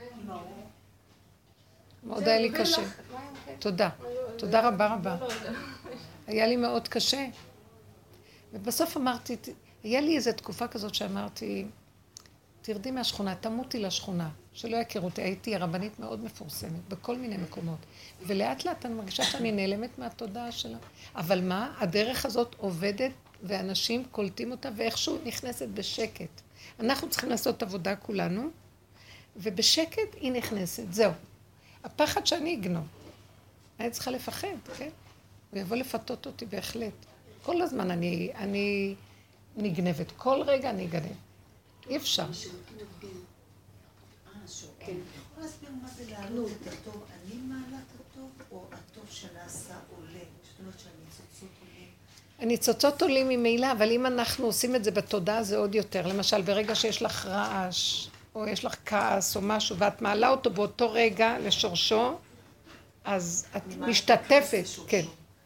מאוד היה לי קשה. תודה. תודה רבה. היה לי מאוד קשה. ובסוף אמרתי, היה לי איזו תקופה כזאת שאמרתי, תרדי מהשכונה, תמותי לשכונה, שלא יכירו אותי. הייתי רבנית מאוד מפורסמת, בכל מיני מקומות. ולאט לאט אני מרגישה שאני נעלמת מהתודעה שלה. אבל מה? הדרך הזאת עובדת, ואנשים קולטים אותה, ואיכשהו נכנסת בשקט. אנחנו צריכים לעשות עבודה כולנו, ובשקט היא נכנסת. זהו. הפחד שאני אגנוב. אני צריכה לפחד, כן? הוא יבוא לפתות אותי בהחלט. כל הזמן אני נגנבת. כל רגע אני אגנב. אי אפשר. כן. יכול להסביר מה זה להעלות את הטוב? אני מעלה את הטוב, או הטוב שנעשה עולה? זאת אומרת שהניצוצות עולים? הניצוצות עולים ממילא, אבל אם אנחנו עושים את זה בתודעה זה עוד יותר. למשל, ברגע שיש לך רעש, או יש לך כעס או משהו, ואת מעלה אותו באותו רגע לשורשו, אז את משתתפת, כן.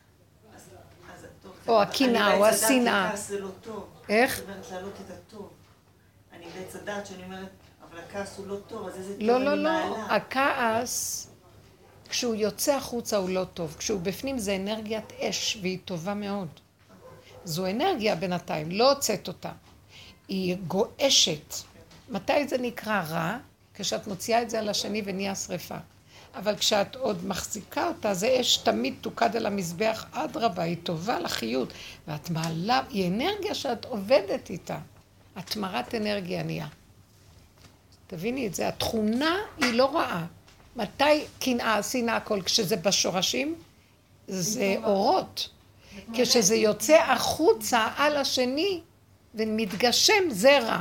או הקנאה, או השנאה. הכעס זה לא טוב. איך? זאת אומרת, להעלות את הטוב. אני בעץ הדעת שאני אומרת, אבל הכעס הוא לא טוב, אז איזה טוב אני מעלה? לא. הכעס, כשהוא יוצא החוצה הוא לא טוב. כשהוא בפנים זה אנרגיית אש, והיא טובה מאוד. זו אנרגיה בינתיים, לא הוצאת אותה. היא גואשת. מתי זה נקרא רע? כשאת מוציאה את זה על השני ונהיה שריפה. אבל כשאת עוד מחזיקה אותה, זה אש תמיד תוקד על המזבח, אדרבה, היא טובה לחיות. ואת מעלה, היא אנרגיה שאת עובדת איתה. התמרת אנרגיה נהיה. תביני את זה, התכונה היא לא רעה. מתי קנאה, שנאה, הכל, כשזה בשורשים, זה אורות. כשזה יוצא החוצה על השני ומתגשם, זה רע.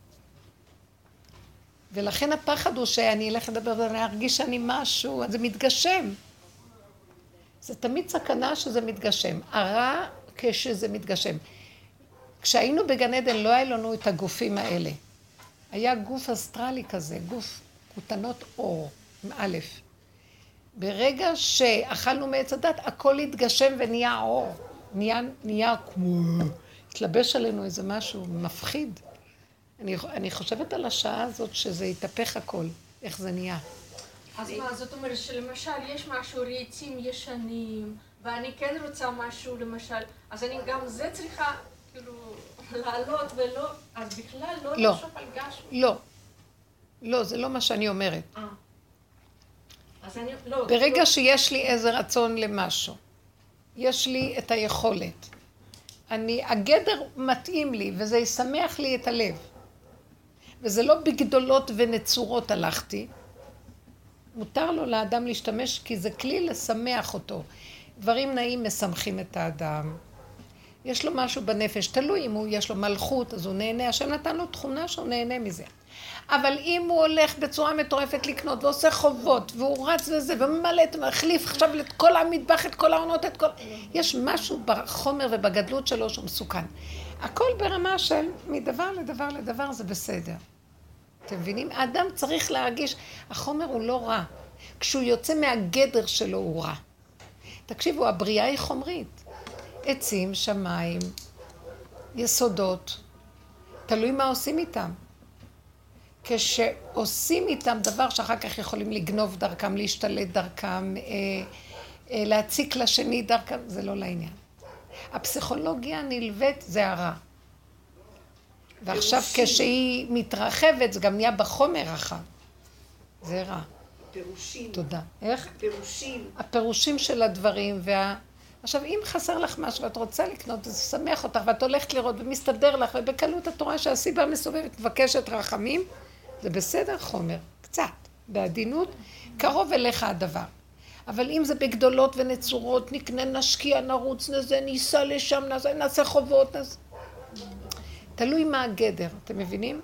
ולכן הפחד הוא שאני אלך לדבר ואני ארגיש שאני משהו, אז זה מתגשם. זה תמיד סכנה שזה מתגשם. הרע כשזה מתגשם. כשהיינו בגן עדן לא היה לנו את הגופים האלה. היה גוף אסטרלי כזה, גוף כותנות אור, עם א'. ברגע שאכלנו מעץ הדת, הכל התגשם ונהיה אור. נהיה כמו, התלבש עלינו איזה משהו מפחיד. אני חושבת על השעה הזאת שזה יתהפך הכל, איך זה נהיה. אז מה, זאת אומרת שלמשל יש משהו רהיטים ישנים, ואני כן רוצה משהו למשל, אז אני גם זה צריכה כאילו לעלות ולא, אז בכלל לא לחשוב על גשמי. לא, זה לא מה שאני אומרת. אז אני, לא. ברגע שיש לי איזה רצון למשהו, יש לי את היכולת. הגדר מתאים לי, וזה ישמח לי את הלב. וזה לא בגדולות ונצורות הלכתי. מותר לו לאדם להשתמש, כי זה כלי לשמח אותו. דברים נעים משמחים את האדם. יש לו משהו בנפש, תלוי אם יש לו מלכות, אז הוא נהנה. השם נתן לו תכונה שהוא נהנה מזה. אבל אם הוא הולך בצורה מטורפת לקנות ועושה חובות, והוא רץ וזה, וממלא את מחליף עכשיו את כל המטבח, את כל העונות, את כל... יש משהו בחומר ובגדלות שלו שהוא מסוכן. הכל ברמה של מדבר לדבר לדבר זה בסדר. אתם מבינים? האדם צריך להרגיש, החומר הוא לא רע. כשהוא יוצא מהגדר שלו הוא רע. תקשיבו, הבריאה היא חומרית. עצים, שמיים, יסודות. תלוי מה עושים איתם. כשעושים איתם דבר שאחר כך יכולים לגנוב דרכם, להשתלט דרכם, להציק לשני דרכם, זה לא לעניין. הפסיכולוגיה הנלווית זה הרע. ועכשיו כשהיא מתרחבת, זה גם נהיה בחומר רחב. זה רע. פירושים. תודה. איך? פירושים. הפירושים של הדברים עכשיו, אם חסר לך משהו ואת רוצה לקנות, זה שמח אותך, ואת הולכת לראות ומסתדר לך, ובקלות התורה שהסיבה מסובבת, מבקשת רחמים, זה בסדר חומר, קצת, בעדינות, קרוב אליך הדבר. אבל אם זה בגדולות ונצורות, נקנה, נשקיע, נרוץ, נזה, ניסע לשם, נעשה חובות, תלוי מה הגדר, אתם מבינים?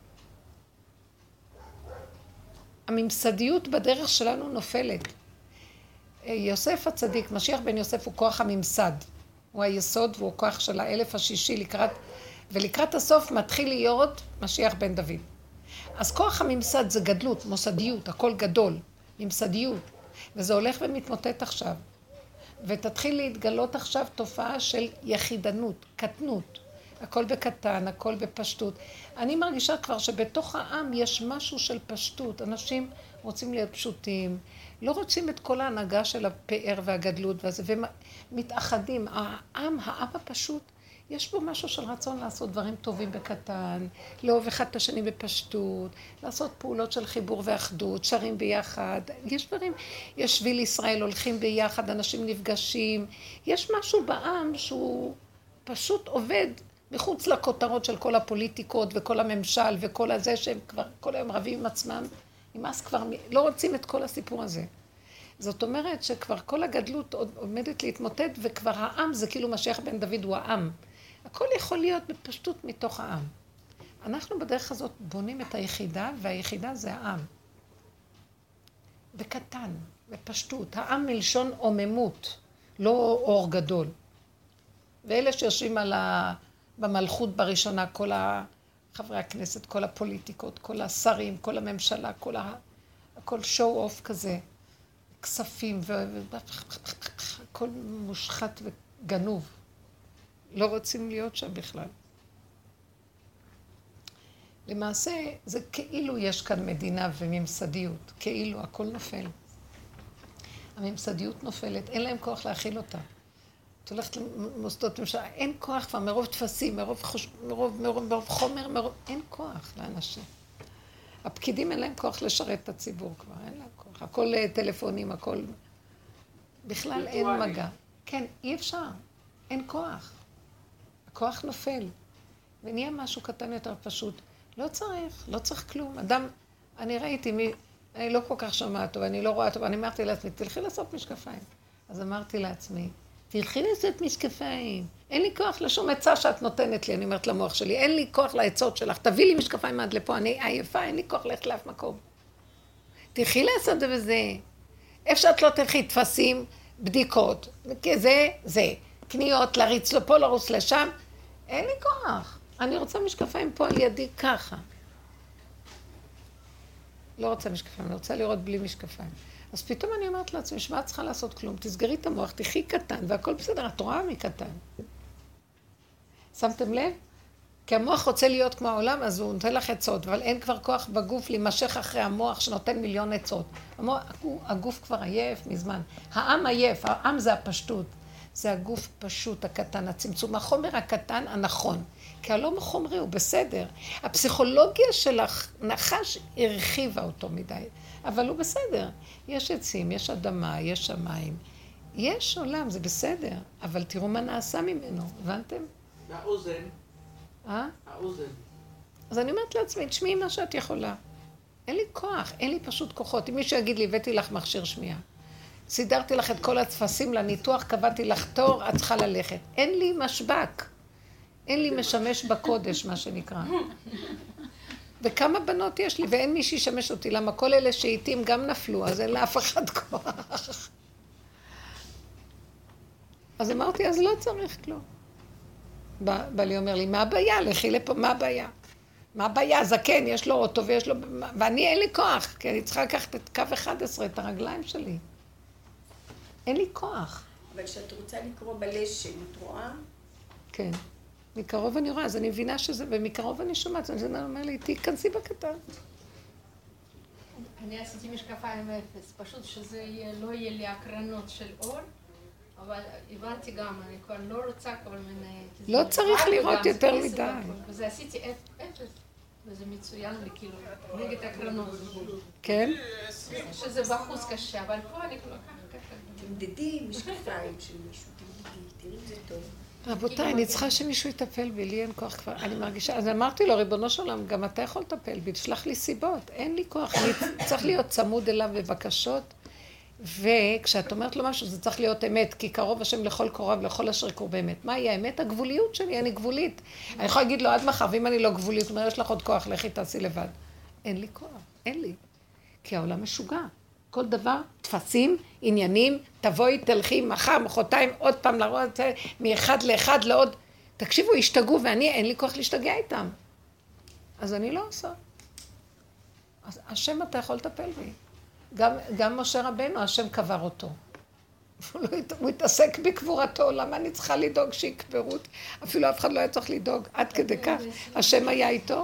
הממסדיות בדרך שלנו נופלת. יוסף הצדיק, משיח בן יוסף הוא כוח הממסד. הוא היסוד והוא כוח של האלף השישי ולקראת הסוף מתחיל להיות משיח בן דוד. אז כוח הממסד זה גדלות, מוסדיות, הכל גדול, ממסדיות. וזה הולך ומתמוטט עכשיו. ותתחיל להתגלות עכשיו תופעה של יחידנות, קטנות. הכל בקטן, הכל בפשטות. אני מרגישה כבר שבתוך העם יש משהו של פשטות. אנשים רוצים להיות פשוטים, לא רוצים את כל ההנהגה של הפאר והגדלות והזה, ומתאחדים. העם הפשוט, יש בו משהו של רצון לעשות דברים טובים בקטן, לאהוב אחד את השני בפשטות, לעשות פעולות של חיבור ואחדות, שרים ביחד. יש דברים, יש שביל ישראל, הולכים ביחד, אנשים נפגשים. יש משהו בעם שהוא פשוט עובד מחוץ לכותרות של כל הפוליטיקות וכל הממשל וכל הזה שהם כבר כל היום רבים עם עצמם. נמאס כבר, לא רוצים את כל הסיפור הזה. זאת אומרת שכבר כל הגדלות עומדת להתמוטט, וכבר העם זה כאילו משיח בן דוד הוא העם. הכל יכול להיות בפשטות מתוך העם. אנחנו בדרך הזאת בונים את היחידה, והיחידה זה העם. בקטן, בפשטות. העם מלשון עוממות, לא אור גדול. ואלה שיושבים במלכות בראשונה, כל חברי הכנסת, כל הפוליטיקות, כל השרים, כל הממשלה, הכל שואו אוף כזה, כספים הכל מושחת וגנוב. לא רוצים להיות שם בכלל. למעשה זה כאילו יש כאן מדינה וממסדיות, כאילו הכל נופל. הממסדיות נופלת, אין להם כוח להכיל אותה. את הולכת למוסדות ממשלה, אין כוח כבר מרוב תפסים, מרוב חומר, אין כוח לאנשים. הפקידים אין להם כוח לשרת את הציבור כבר, אין להם כוח. הכל טלפונים, הכל... בכלל אין מגע. כן, אי אפשר, אין כוח. הכוח נופל. ונהיה משהו קטן יותר פשוט. לא צריך כלום. אדם, אני ראיתי אני לא כל כך שומעת טוב, אני לא רואה טוב, אני אמרתי לעצמי, תלכי לעשות משקפיים. אז אמרתי לעצמי, תלכי לעשות משקפיים. אין לי כוח לשום עצה שאת נותנת לי, אני אומרת למוח שלי, אין לי כוח לעצות שלך, תביא לי משקפיים עד לפה, אני עייפה, אין לי כוח ללכת לאף מקום. תלכי לעשות וזה. איפה שאת לא תלכי, תפסים, בדיקות, זה, קניות, לריץ לפה, לרוץ לשם, אין לי כוח. אני רוצה משקפיים פה על ידי ככה. לא רוצה משקפיים, אני רוצה לראות בלי משקפיים. אז פתאום אני אומרת לעצמי, שמה את צריכה לעשות כלום? תסגרי את המוח, תחי קטן, והכל בסדר, את רואה מקטן. שמתם לב? כי המוח רוצה להיות כמו העולם, אז הוא נותן לך עצות, אבל אין כבר כוח בגוף להימשך אחרי המוח שנותן מיליון עצות. הגוף כבר עייף מזמן. העם עייף, העם זה הפשטות. זה הגוף פשוט, הקטן, הצמצום, החומר הקטן הנכון. כי הלא מחומרי הוא בסדר. הפסיכולוגיה של הנחש הרחיבה אותו מדי, אבל הוא בסדר. יש עצים, יש אדמה, יש שמיים. יש עולם, זה בסדר, אבל תראו מה נעשה ממנו, הבנתם? והאוזן. האוזן. אז אני אומרת לעצמי, תשמעי מה שאת יכולה. אין לי כוח, אין לי פשוט כוחות. אם מישהו יגיד לי, הבאתי לך מכשיר שמיעה. סידרתי לך את כל התפסים לניתוח, קבעתי לך תור, את צריכה ללכת. אין לי משבק. אין לי משמש בקודש, מה שנקרא. וכמה בנות יש לי, ואין מי שישמש אותי. למה כל אלה שאיתים גם נפלו, אז אין לאף אחד כוח. אז אמרתי, אז לא צריך כלום. בעלי אומר לי, מה הבעיה? לכי לפה, מה הבעיה? מה הבעיה? זקן, יש לו אוטו ויש לו... ואני אין לי כוח, כי אני צריכה לקחת את קו 11, את הרגליים שלי. אין לי כוח. אבל כשאת רוצה לקרוא בלשם, את רואה? כן. מקרוב אני רואה, אז אני מבינה שזה, ומקרוב אני שומעת, אז אני אומר לי, תיכנסי בקטן. אני עשיתי משקפיים אפס, פשוט שזה לא יהיה לי הקרנות של אור, אבל הבנתי גם, אני כבר לא רוצה כל מיני... לא צריך לראות יותר מדי. וזה עשיתי אפס, וזה מצוין לי, כאילו, נגד הקרנות. כן? שזה בחוץ קשה, אבל פה אני כבר ככה. תמדדי משקפיים של מישהו, תראי אם זה טוב. רבותיי, אני צריכה שמישהו יטפל בי, לי אין כוח כבר, אני מרגישה, אז אמרתי לו, ריבונו של עולם, גם אתה יכול לטפל בי, תשלח לי סיבות, אין לי כוח, אני צריך להיות צמוד אליו בבקשות, וכשאת אומרת לו משהו, זה צריך להיות אמת, כי קרוב השם לכל קרוב, לכל אשר קרוב באמת. מהי האמת? הגבוליות שלי, אני גבולית. אני יכולה להגיד לו, עד מחר, ואם אני לא גבולית, הוא אומר, יש לך עוד כוח, לכי תעשי לבד. אין לי כוח, אין לי. כי העולם משוגע. כל דבר, תפסים, עניינים, תבואי, תלכי, מחר, מחרתיים, עוד פעם לראות את זה, מאחד לאחד לעוד. תקשיבו, השתגעו, ואני, אין לי כוח להשתגע איתם. אז אני לא עושה. אז השם אתה יכול לטפל בי. גם משה רבנו, השם קבר אותו. הוא התעסק בקבורתו, למה אני צריכה לדאוג שיקברו? אפילו אף אחד לא היה צריך לדאוג, עד כדי כך. השם היה איתו.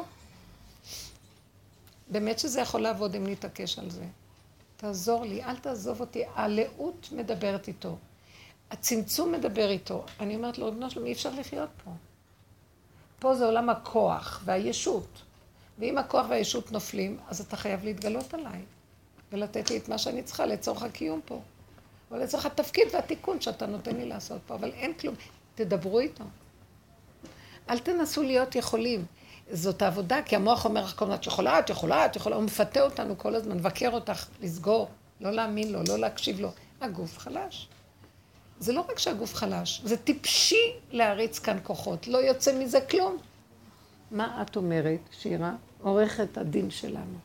באמת שזה יכול לעבוד אם נתעקש על זה. תעזור לי, אל תעזוב אותי. הלאות מדברת איתו. הצמצום מדבר איתו. אני אומרת לו, בנו שלום, אי אפשר לחיות פה. פה זה עולם הכוח והישות. ואם הכוח והישות נופלים, אז אתה חייב להתגלות עליי. ולתת לי את מה שאני צריכה לצורך הקיום פה. או לצורך התפקיד והתיקון שאתה נותן לי לעשות פה. אבל אין כלום. תדברו איתו. אל תנסו להיות יכולים. זאת העבודה, כי המוח אומר לך כל הזמן, את יכולה, את יכולה, את יכולה. הוא מפתה אותנו כל הזמן, מבקר אותך, לסגור, לא להאמין לו, לא להקשיב לו. הגוף חלש. זה לא רק שהגוף חלש, זה טיפשי להריץ כאן כוחות. לא יוצא מזה כלום. מה את אומרת, שירה? עורכת הדין שלנו.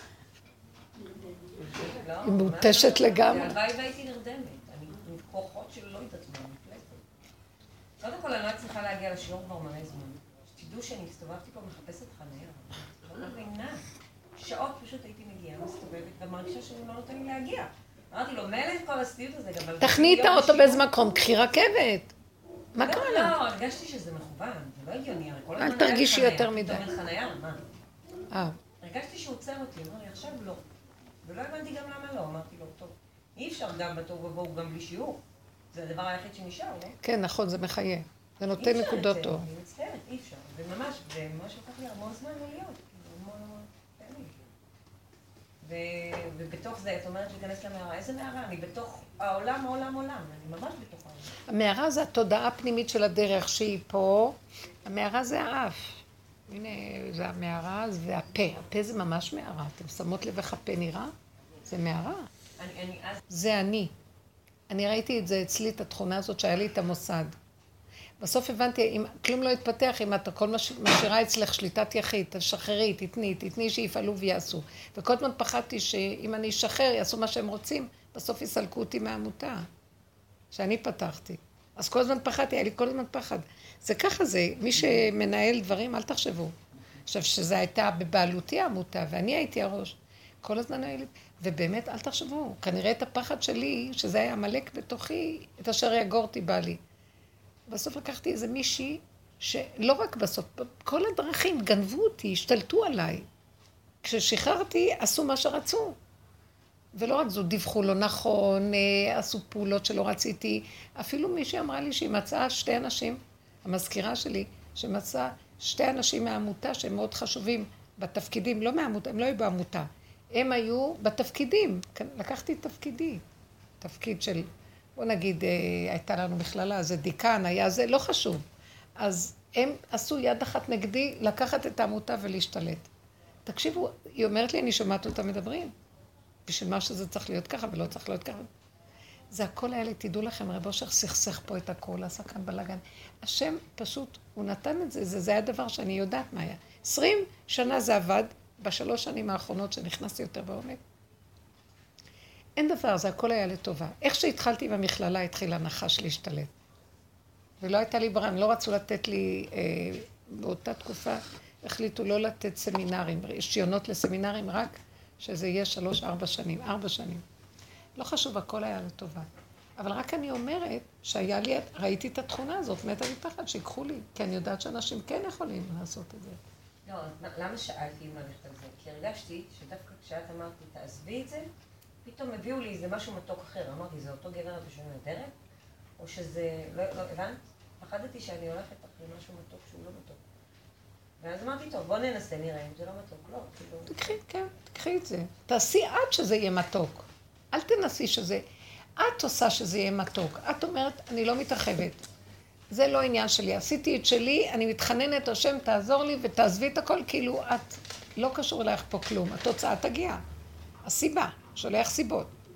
היא מותשת לגמרי. הלוואי והייתי נרדמת. אני עם כוחות שלא התעצמו. קודם כל, אני לא צריכה להגיע לשיעור כבר מלא זמן. שתדעו שאני הסתובבתי פה מחפשת חניה. לא מבינה. שעות פשוט הייתי מגיעה, מסתובבת, ומרגישה שאני לא נותן לי להגיע. אמרתי לו, מלך כל הסטיות הזה גם... תכני את האוטו באיזה מקום, קחי רכבת. מה קרה לה? לא, הרגשתי שזה מכוון, זה לא הגיוני. אל תרגישי יותר מדי. פתאום אין חניה, מה? הרגשתי שהוא עוצר אותי, אמר לי, עכשיו לא. ולא הבנתי גם למה לא, אמרתי לו, טוב, אי אפשר גם בתור ובואו גם בלי שיעור. זה הדבר היחיד שנשאר, לא? כן, נכון, זה מחיה. זה נותן נקודות טוב. אני מצטערת, אי אפשר. וממש הופך לי המון זמן לא להיות. המון פעמים. ובתוך זה, את אומרת להיכנס למערה. איזה מערה? אני בתוך העולם. אני ממש בתוך העולם. המערה זה התודעה הפנימית של הדרך שהיא פה. המערה זה האף. הנה, זה המערה, זה הפה. הפה זה ממש מערה. אתם שמות לב איך הפה נראה? זה מערה. זה אני. אני ראיתי את זה אצלי, את התכונה הזאת שהיה לי את המוסד. בסוף הבנתי, אם כלום לא יתפתח, אם אתה כל משאירה אצלך שליטת יחיד, תשחררי, תתני שיפעלו ויעשו. וכל הזמן פחדתי שאם אני אשחרר, יעשו מה שהם רוצים, בסוף יסלקו אותי מהעמותה, שאני פתחתי. אז כל הזמן פחדתי, היה לי כל הזמן פחד. זה ככה זה, מי שמנהל דברים, אל תחשבו. עכשיו, שזה הייתה בבעלותי העמותה, ואני הייתי הראש. כל הזמן היה לי, ובאמת, אל תחשבו. כנראה את הפחד שלי, שזה היה מלק בתוכי, את אשר יגורתי בא לי. בסוף לקחתי איזה מישהי, שלא רק בסוף, כל הדרכים גנבו אותי, השתלטו עליי. כששחררתי, עשו מה שרצו. ולא רק זו, דיווחו לא נכון, עשו פעולות שלא רציתי. אפילו מישהי אמרה לי שהיא מצאה 2 אנשים, המזכירה שלי, שמצאה 2 אנשים מהעמותה שהם מאוד חשובים בתפקידים, לא מהעמותה, הם לא היו בעמותה. הם היו בתפקידים, לקחתי תפקידי, תפקיד של, בוא נגיד, הייתה לנו מכללה, זה דיקן, היה זה, לא חשוב. אז הם עשו יד אחת נגדי לקחת את העמותה ולהשתלט. תקשיבו, היא אומרת לי, אני שומעת אותה מדברים. בשביל מה שזה צריך להיות ככה ולא צריך להיות ככה. זה הכל היה לי, תדעו לכם, רב אושר סכסך פה את הכל, עשה כאן בלגן. השם פשוט, הוא נתן את זה, זה היה דבר שאני יודעת מה היה. 20 שנה זה עבד, ב3 שנים האחרונות שנכנסתי יותר בעומק. אין דבר, זה הכל היה לטובה. איך שהתחלתי במכללה, התחיל הנחש להשתלט. ולא הייתה לי ברירה, לא רצו לתת לי, באותה תקופה, החליטו לא לתת סמינרים, רישיונות לסמינרים, רק שזה יהיה 3-4 שנים, 4 שנים. לא חשוב, הכל היה לטובה. אבל רק אני אומרת שהיה לי, ראיתי את התכונה הזאת, מתה מפחד, שיקחו לי, כי אני יודעת שאנשים כן יכולים לעשות את זה. לא, למה שאלתי אם ללכת על זה? כי הרגשתי שדווקא כשאת אמרת לי, תעזבי את זה, פתאום הביאו לי איזה משהו מתוק אחר. אמרתי, זה אותו גבר בשביל הדרך? או שזה, לא, הבנת? פחדתי שאני הולכת אחרי משהו מתוק שהוא לא מתוק. ואז אמרתי, טוב, בוא ננסה, נראה אם זה לא מתוק. לא, כאילו... תקחי את זה. תעשי עד שזה יהיה מתוק. אל תנסי שזה... את עושה שזה יהיה מתוק. את אומרת, אני לא מתרחבת. זה לא עניין שלי. עשיתי את שלי, אני מתחננת, השם תעזור לי ותעזבי את הכל, כאילו את לא קשור אלייך פה כלום. התוצאה תגיע. הסיבה, שולח סיבות.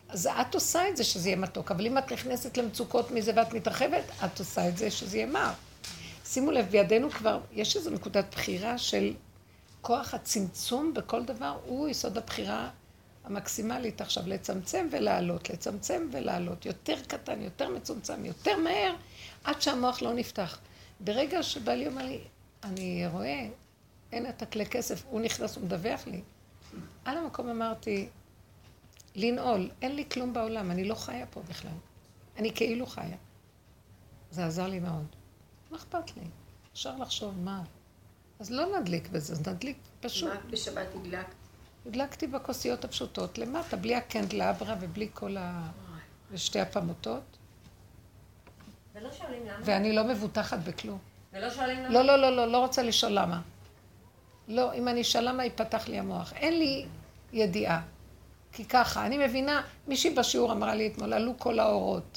אז את עושה את זה שזה יהיה מתוק, אבל אם את נכנסת למצוקות מזה ואת מתרחבת, את עושה את זה שזה יהיה מר. שימו לב, בידינו כבר, יש איזו נקודת בחירה של כוח הצמצום בכל דבר, הוא יסוד הבחירה המקסימלית עכשיו, לצמצם ולעלות, לצמצם ולעלות, יותר קטן, יותר מצומצם, יותר מהר, עד שהמוח לא נפתח. ברגע שבעלי אומר לי, אני רואה, אין את הכלי כסף, הוא נכנס, הוא מדווח לי. על המקום אמרתי, לנעול, אין לי כלום בעולם, אני לא חיה פה בכלל. אני כאילו חיה. זה עזר לי מאוד. מה אכפת לי? אפשר לחשוב מה. אז לא נדליק בזה, אז נדליק פשוט. מה בשבת הדלקת? הדלקתי בכוסיות הפשוטות, למטה, בלי הקנדלברה ובלי כל ושתי הפמוטות. ולא שואלים למה? ואני לא מבוטחת בכלום. ולא שואלים למה? לא, לא, לא, לא, לא רוצה לשאול למה. לא, אם אני אשאל למה, ייפתח לי המוח. אין לי ידיעה. כי ככה, אני מבינה, מישהי בשיעור אמרה לי אתמול, עלו כל האורות.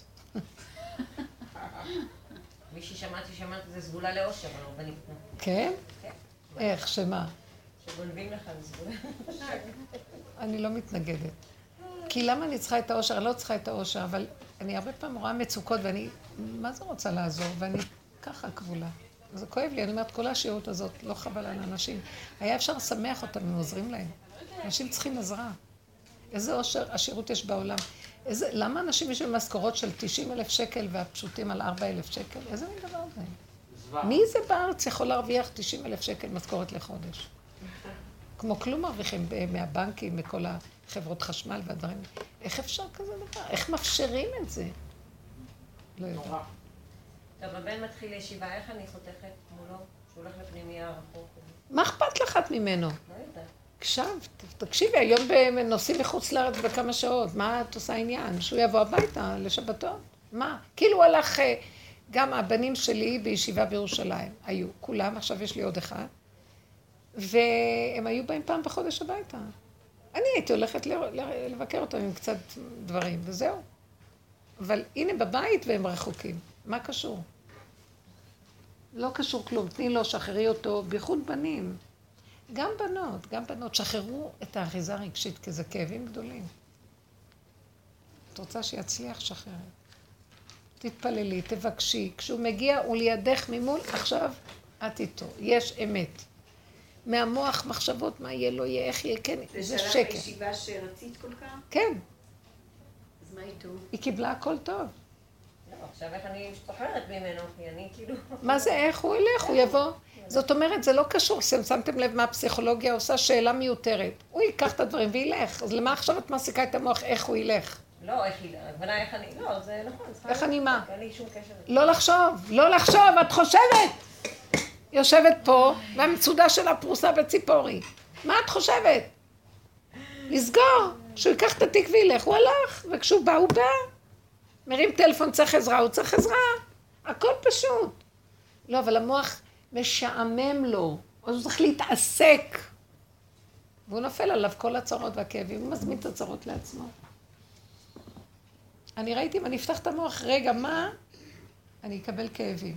מישהי שמעתי זה סגולה לאושר, אבל לא בנית. כן? כן. איך, שמה? שגונבים לך לסגולה. אני לא מתנגדת. כי למה אני צריכה את האושר? אני לא צריכה את האושר, אבל אני הרבה פעמים רואה מצוקות, ואני, מה זה רוצה לעזור? ואני ככה כבולה. זה כואב לי, אני אומרת, כל השירות הזאת לא חבל על האנשים. היה אפשר לשמח אותם אם עוזרים להם. אנשים צריכים עזרה. איזה אושר השירות יש בעולם. למה אנשים יש במשכורות של 90,000 שקל והפשוטים על 4,000 שקל? איזה מין דבר זה? מי זה בארץ יכול להרוויח 90,000 שקל משכורת לחודש? כמו כלום מרוויחים מהבנקים, מכל החברות חשמל והדברים. איך אפשר כזה דבר? איך מאפשרים את זה? לא יודע. טוב, הבן מתחיל ישיבה, איך אני חותכת מולו? שהוא הולך לפנימיה רחוק? מה אכפת לך את ממנו? לא יודעת. עכשיו, תקשיבי, היום נוסעים מחוץ לארץ בכמה שעות, מה את עושה עניין? שהוא יבוא הביתה לשבתות? מה? כאילו הלך, גם הבנים שלי בישיבה בירושלים, היו כולם, עכשיו יש לי עוד אחד, והם היו בהם פעם בחודש הביתה. אני הייתי הולכת לבקר אותם עם קצת דברים, וזהו. אבל הנה בבית והם רחוקים. מה קשור? לא קשור כלום, תני לו, שחררי אותו, בייחוד בנים. גם בנות, שחררו את האחיזה הרגשית, כי זה כאבים גדולים. את רוצה שיצליח, שחררי. תתפללי, תבקשי. כשהוא מגיע, הוא לידך ממול, עכשיו את איתו. יש אמת. מהמוח, מחשבות, מה יהיה, לא יהיה, איך יהיה, כן, זה שקר. זה שלך בישיבה שרצית כל כך? כן. אז מה איתו? היא קיבלה הכל טוב. לא, עכשיו איך אני משתחררת ממנו, כי אני כאילו... מה זה, איך הוא ילך, הוא יבוא. זאת אומרת, זה לא קשור, שמתם לב מה הפסיכולוגיה עושה, שאלה מיותרת. הוא ייקח את הדברים וילך, אז למה עכשיו את מעסיקה את המוח, איך הוא ילך? לא, איך ילך, הכוונה איך אני... לא, זה נכון. איך אני מה? אין לי שום קשר. לא לחשוב, את חושבת! יושבת פה, והמצודה שלה פרוסה בציפורי. מה את חושבת? לסגור, שהוא ייקח את התיק וילך, הוא הלך, וכשהוא בא, הוא בא. מרים טלפון, צריך עזרה, הוא צריך עזרה. הכל פשוט. לא, אבל המוח משעמם לו, אז הוא צריך להתעסק. והוא נופל עליו כל הצרות והכאבים, הוא מזמין את הצרות לעצמו. אני ראיתי, אם אני אפתח את המוח, רגע, מה? אני אקבל כאבים.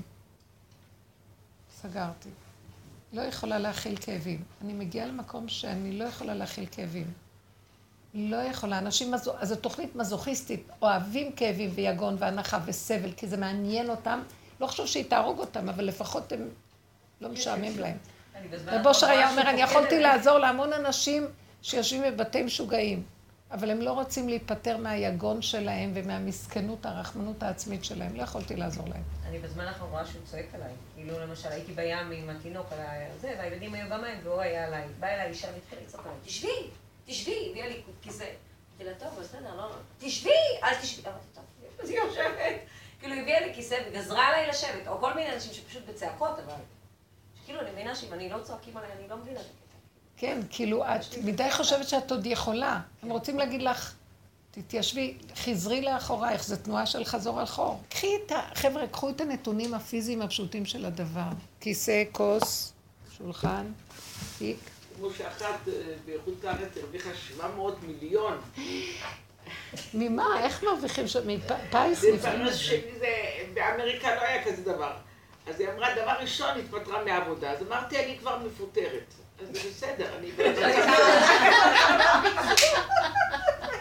סגרתי. לא יכולה להכיל כאבים. אני מגיעה למקום שאני לא יכולה להכיל כאבים. לא יכולה. אנשים, אז זו תוכנית מזוכיסטית, אוהבים כאבים ויגון והנחה וסבל, כי זה מעניין אותם. לא חשוב שהיא תהרוג אותם, אבל לפחות הם לא משעמם להם. רב אושר היה אומר, אני יכולתי לעזור להמון אנשים שיושבים בבתי משוגעים, אבל הם לא רוצים להיפטר מהיגון שלהם ומהמסכנות, הרחמנות העצמית שלהם. לא יכולתי לעזור להם. אני בזמן האחרון רואה שהוא צועק עליי. כאילו למשל הייתי בים עם התינוק על זה, והילדים היו במים והוא היה עליי. בא אליי אישה והתחילה לצעוק עליי, תשבי, הביאה לי כיסא. אמרתי לה, טוב, בסדר, לא, תשבי, אל תשבי. אמרתי, טוב, אז היא יושבת. כאילו הביאה לי כיסא וגזרה עליי לשבת, או כל מיני אנשים שפשוט בצעקות, אבל... כאילו אני מבינה שאם אני לא צועקים עליי, אני לא מבינה. כן, כאילו את מדי חושבת שאת עוד יכולה. הם רוצים להגיד לך, תתיישבי, חזרי לאחורייך, זו תנועה של חזור אחור. חבר'ה, קחו את הנתונים הפיזיים הפשוטים של הדבר. כיסא, כוס, שולחן, תיק. כמו שאחת בחוץ לארץ הרוויחה 700 מיליון. ממה? איך מרוויחים שם? מפייס? באמריקה לא היה כזה דבר. אז היא אמרה, דבר ראשון, התפטרה מהעבודה. אז אמרתי, אני כבר מפוטרת. אז זה בסדר, אני...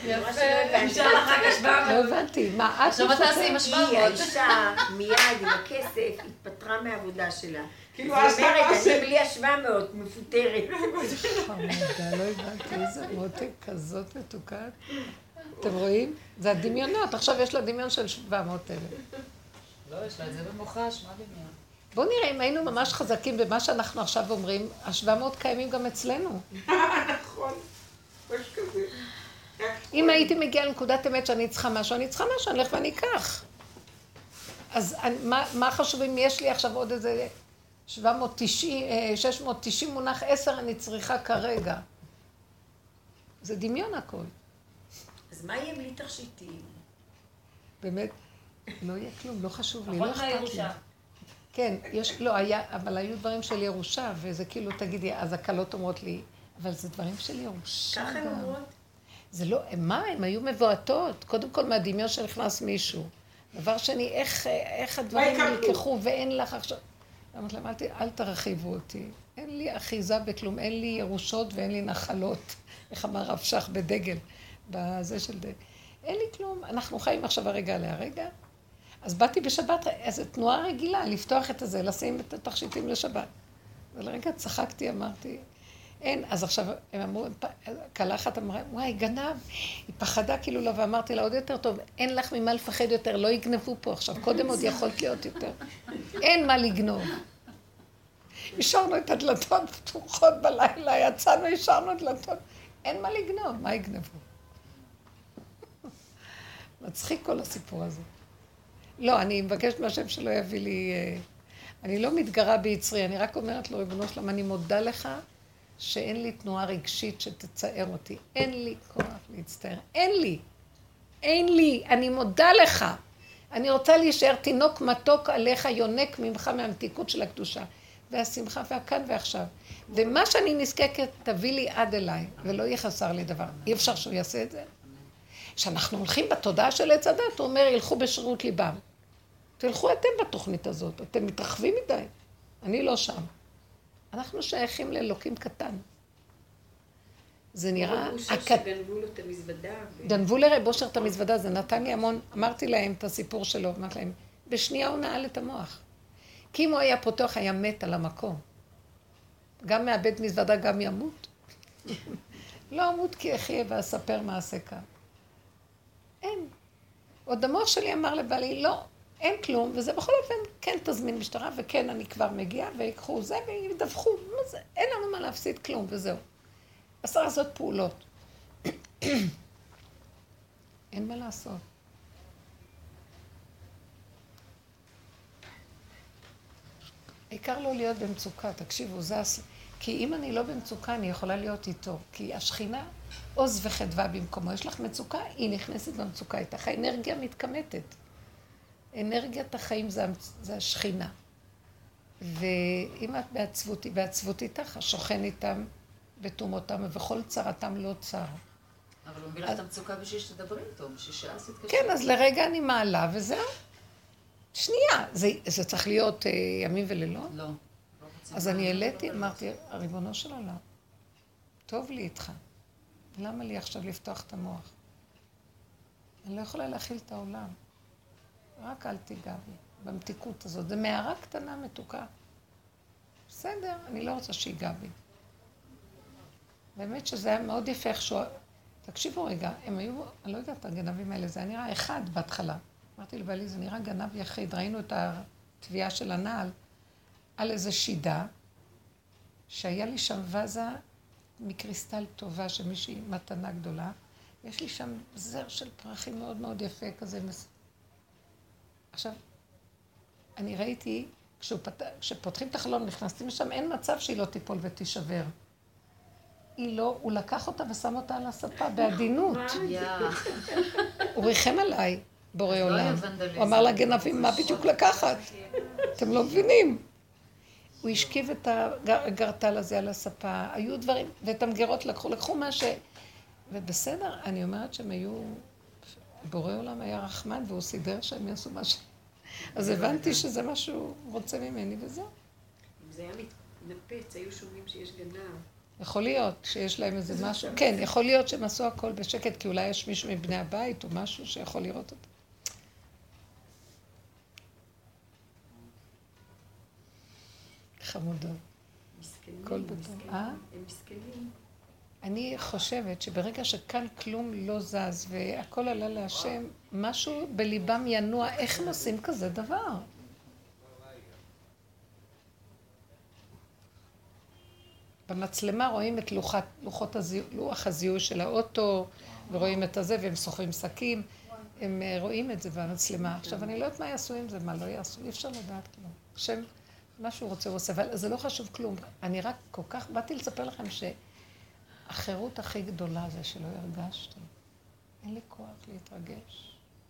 אפשר לך רק 700. לא הבנתי, מה את עכשיו אתה עושה עם היא, 700. האישה, מיד עם הכסף, התפטרה מהעבודה שלה. כאילו, היא אז אומרת, מה אני עושה? בלי ה-700, מפוטרת. חמודה, לא הבנתי, איזה מותק כזאת מתוקת. אתם רואים? זה הדמיונות, עכשיו יש לה דמיון של 700,000. לא, יש לה את זה במוחש, מה דמיון? בואו נראה, אם היינו ממש חזקים במה שאנחנו עכשיו אומרים, ה-700 קיימים גם אצלנו. נכון, יש כזה. אם הייתי מגיעה לנקודת אמת שאני צריכה משהו, אני צריכה משהו, אני אלך ואני אקח. אז מה חשוב אם יש לי עכשיו עוד איזה 690 מונח 10 אני צריכה כרגע. זה דמיון הכל. אז מה יהיה בלי תכשיטים? באמת, לא יהיה כלום, לא חשוב לי, נכון, לא אכפת לי. מהירושה. כן, לא, היה, אבל היו דברים של ירושה, וזה כאילו, תגידי, אז הקלות אומרות לי, אבל זה דברים של ירושה. ככה הן גם. אומרות? זה לא, מה, הן היו מבועטות, קודם כל מהדמיון שנכנס מישהו. דבר שני, איך הדברים נלקחו ואין לך עכשיו... אמרתי להם, אל תרחיבו אותי, אין לי אחיזה בכלום, אין לי ירושות ואין לי נחלות, איך אמר רב שך בדגל, בזה של דגל. אין לי כלום, אנחנו חיים עכשיו הרגע להרגע. אז באתי בשבת, איזו תנועה רגילה, לפתוח את הזה, לשים את התכשיטים לשבת. ולרגע צחקתי, אמרתי, אין, אז עכשיו הם אמרו, קלחת אמרה, וואי, גנב, היא פחדה כאילו לה, ואמרתי לה עוד יותר טוב, אין לך ממה לפחד יותר, לא יגנבו פה עכשיו, קודם עוד יכולת להיות יותר. אין מה לגנוב. השארנו את הדלתות פתוחות בלילה, יצאנו, השארנו דלתות, אין מה לגנוב, מה יגנבו? מצחיק כל הסיפור הזה. לא, אני מבקשת מהשם שלא יביא לי... אני לא מתגרה ביצרי, אני רק אומרת לו, ריבונו שלם, אני מודה לך שאין לי תנועה רגשית שתצער אותי. אין לי כוח להצטער. אין לי, אני מודה לך. אני רוצה להישאר תינוק מתוק עליך, יונק ממך מהמתיקות של הקדושה. והשמחה והכאן ועכשיו. ומה שאני נזקקת, תביא לי עד אליי, ולא יהיה חסר לי דבר. אי אפשר שהוא יעשה את זה. כשאנחנו הולכים בתודעה של עץ הדת, הוא אומר, ילכו בשירות ליבם. תלכו אתם בתוכנית הזאת, אתם מתרחבים מדי. אני לא שם. אנחנו שייכים לאלוקים קטן. זה נראה... שגנבו לו את המזוודה. גנבו לרב אושר את המזוודה, זה נתן לי המון, אמרתי להם את הסיפור שלו, אמרתי להם, בשנייה הוא נעל את המוח. כי אם הוא היה פותח, היה מת על המקום. גם מאבד מזוודה, גם ימות. לא אמות כי אחיה ואספר מעשה כאן. אין. עוד המוח שלי אמר לבעלי, לא, אין כלום, וזה בכל אופן, כן תזמין משטרה, וכן אני כבר מגיעה, ויקחו זה, וידווחו, מה זה? אין לנו מה להפסיד כלום, וזהו. אז צריך לעשות פעולות. אין מה לעשות. העיקר לא להיות במצוקה, תקשיבו, זה... כי אם אני לא במצוקה, אני יכולה להיות איתו. כי השכינה, עוז וחדווה במקומו. יש לך מצוקה, היא נכנסת במצוקה איתך. האנרגיה מתכמתת. אנרגיית החיים זה השכינה. ואם את בעצבות איתך, השוכן איתם בתומותם, וכל צרתם לא צר. אבל הוא מביא לך את המצוקה בשביל שתדברי איתו, בשביל שאז תתקשר. כן, אז לרגע אני מעלה, וזהו. שנייה, זה צריך להיות ימים ולילות? לא. אז אני העליתי, אמרתי, הריבונו של עולם, טוב לי איתך. למה לי עכשיו לפתוח את המוח? אני לא יכולה להכיל את העולם. רק אל תיגע בי, במתיקות הזאת. זה מערה קטנה מתוקה. בסדר, אני לא רוצה שיגע בי. באמת שזה היה מאוד יפה איכשהו. תקשיבו רגע, הם היו, אני לא יודעת, הגנבים האלה, זה היה נראה אחד בהתחלה. אמרתי לבעלי, זה נראה גנב יחיד. ראינו את התביעה של הנעל על איזו שידה, שהיה לי שם וזה מקריסטל טובה, שמישהי מתנה גדולה. יש לי שם זר של פרחים מאוד מאוד יפה כזה. עכשיו, אני ראיתי, כשפותחים את החלון, נכנסים לשם, אין מצב שהיא לא תיפול ותישבר. היא לא, הוא לקח אותה ושם אותה על הספה בעדינות. הוא ריחם עליי, בורא עולם. הוא אמר לגנבים, מה בדיוק לקחת? אתם לא מבינים. הוא השכיב את הגרטל הזה על הספה, היו דברים, ואת המגירות לקחו מה ש... ובסדר, אני אומרת שהם היו... בורא עולם היה רחמן, והוא סידר שהם יעשו משהו. אז הבנתי שזה משהו רוצה ממני, וזהו. אם זה היה מתנפץ, היו שומעים שיש גנב. יכול להיות שיש להם איזה משהו, כן, יכול להיות שהם עשו הכל בשקט, כי אולי יש מישהו מבני הבית או משהו שיכול לראות אותו. חמודות. כל בטוב. הם מסכנים. אני חושבת שברגע שכאן כלום לא זז והכל עלה להשם, משהו בליבם ינוע, איך הם עושים כזה דבר? במצלמה רואים את לוח הזיהוי של האוטו, ורואים את הזה, והם סוחבים שקים, הם רואים את זה במצלמה. עכשיו, אני לא יודעת מה יעשו עם זה, מה לא יעשו, אי אפשר לדעת כלום. השם, מה שהוא רוצה הוא עושה, אבל זה לא חשוב כלום. אני רק כל כך, באתי לספר לכם שהחירות הכי גדולה זה שלא הרגשתי. אין לי כוח להתרגש.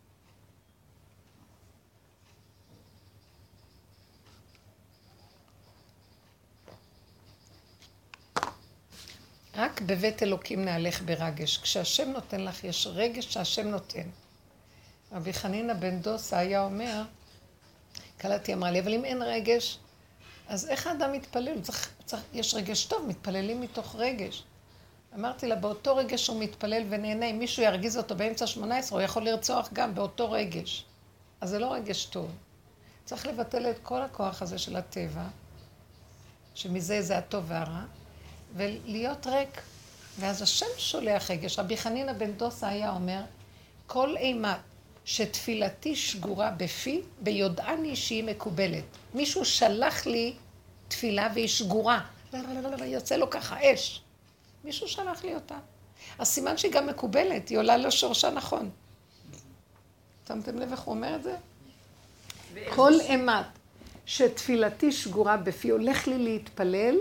רק בבית אלוקים נהלך ברגש. כשהשם נותן לך, יש רגש שהשם נותן. רבי חנינא בן דוסה היה אומר, קלטי אמרה לי, אבל אם אין רגש, אז איך האדם מתפלל? יש רגש טוב, מתפללים מתוך רגש. אמרתי לה, באותו רגש הוא מתפלל ונהנה, אם מישהו ירגיז אותו באמצע 18, הוא יכול לרצוח גם באותו רגש. אז זה לא רגש טוב. צריך לבטל את כל הכוח הזה של הטבע, שמזה זה הטוב והרע, ולהיות ריק. ואז השם שולח רגש. רבי חנינא בן דוסה היה אומר, כל אימת שתפילתי שגורה בפי, ביודעני שהיא מקובלת. מישהו שלח לי תפילה והיא שגורה. יוצא לו ככה אש. מישהו שלח לי אותה. הסימן שהיא גם מקובלת, היא עולה לשורשה נכון. שמתם לב איך הוא אומר את זה? כל אימת שתפילתי שגורה בפי, הולך לי להתפלל,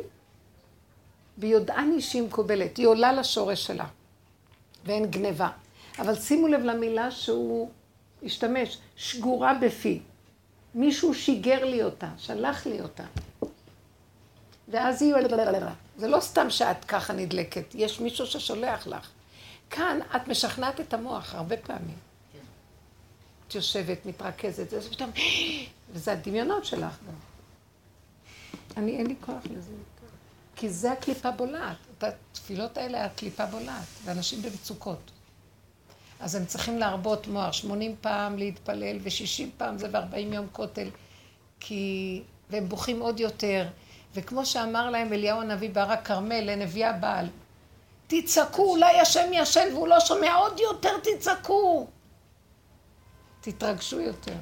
ביודעני שהיא מקובלת, היא עולה לשורש שלה, ואין גניבה. אבל שימו לב למילה שהוא השתמש, שגורה בפי. מישהו שיגר לי אותה, שלח לי אותה. ואז היא עולה, זה לא סתם שאת ככה נדלקת, יש מישהו ששולח לך. כאן את משכנעת את המוח הרבה פעמים. את יושבת, מתרכזת, וזה הדמיונות שלך גם. אין לי כוח לזה. כי זה הקליפה בולעת. התפילות האלה, הקליפה בולעת, ואנשים במצוקות. אז הם צריכים להרבות מוח, 80 פעם להתפלל, ו60 פעם זה ו40 יום כותל, והם בוכים עוד יותר. וכמו שאמר להם אליהו הנביא בהר הכרמל, לנביא הבעל, תצעקו, אולי השם ישן והוא לא שומע, עוד יותר תצעקו. תתרגשו יותר.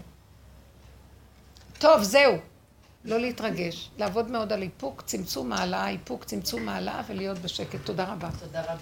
טוב, זהו. לא להתרגש, לעבוד מאוד על איפוק, צמצום מעלה, איפוק, צמצום מעלה, ולהיות בשקט. תודה רבה. תודה רבה.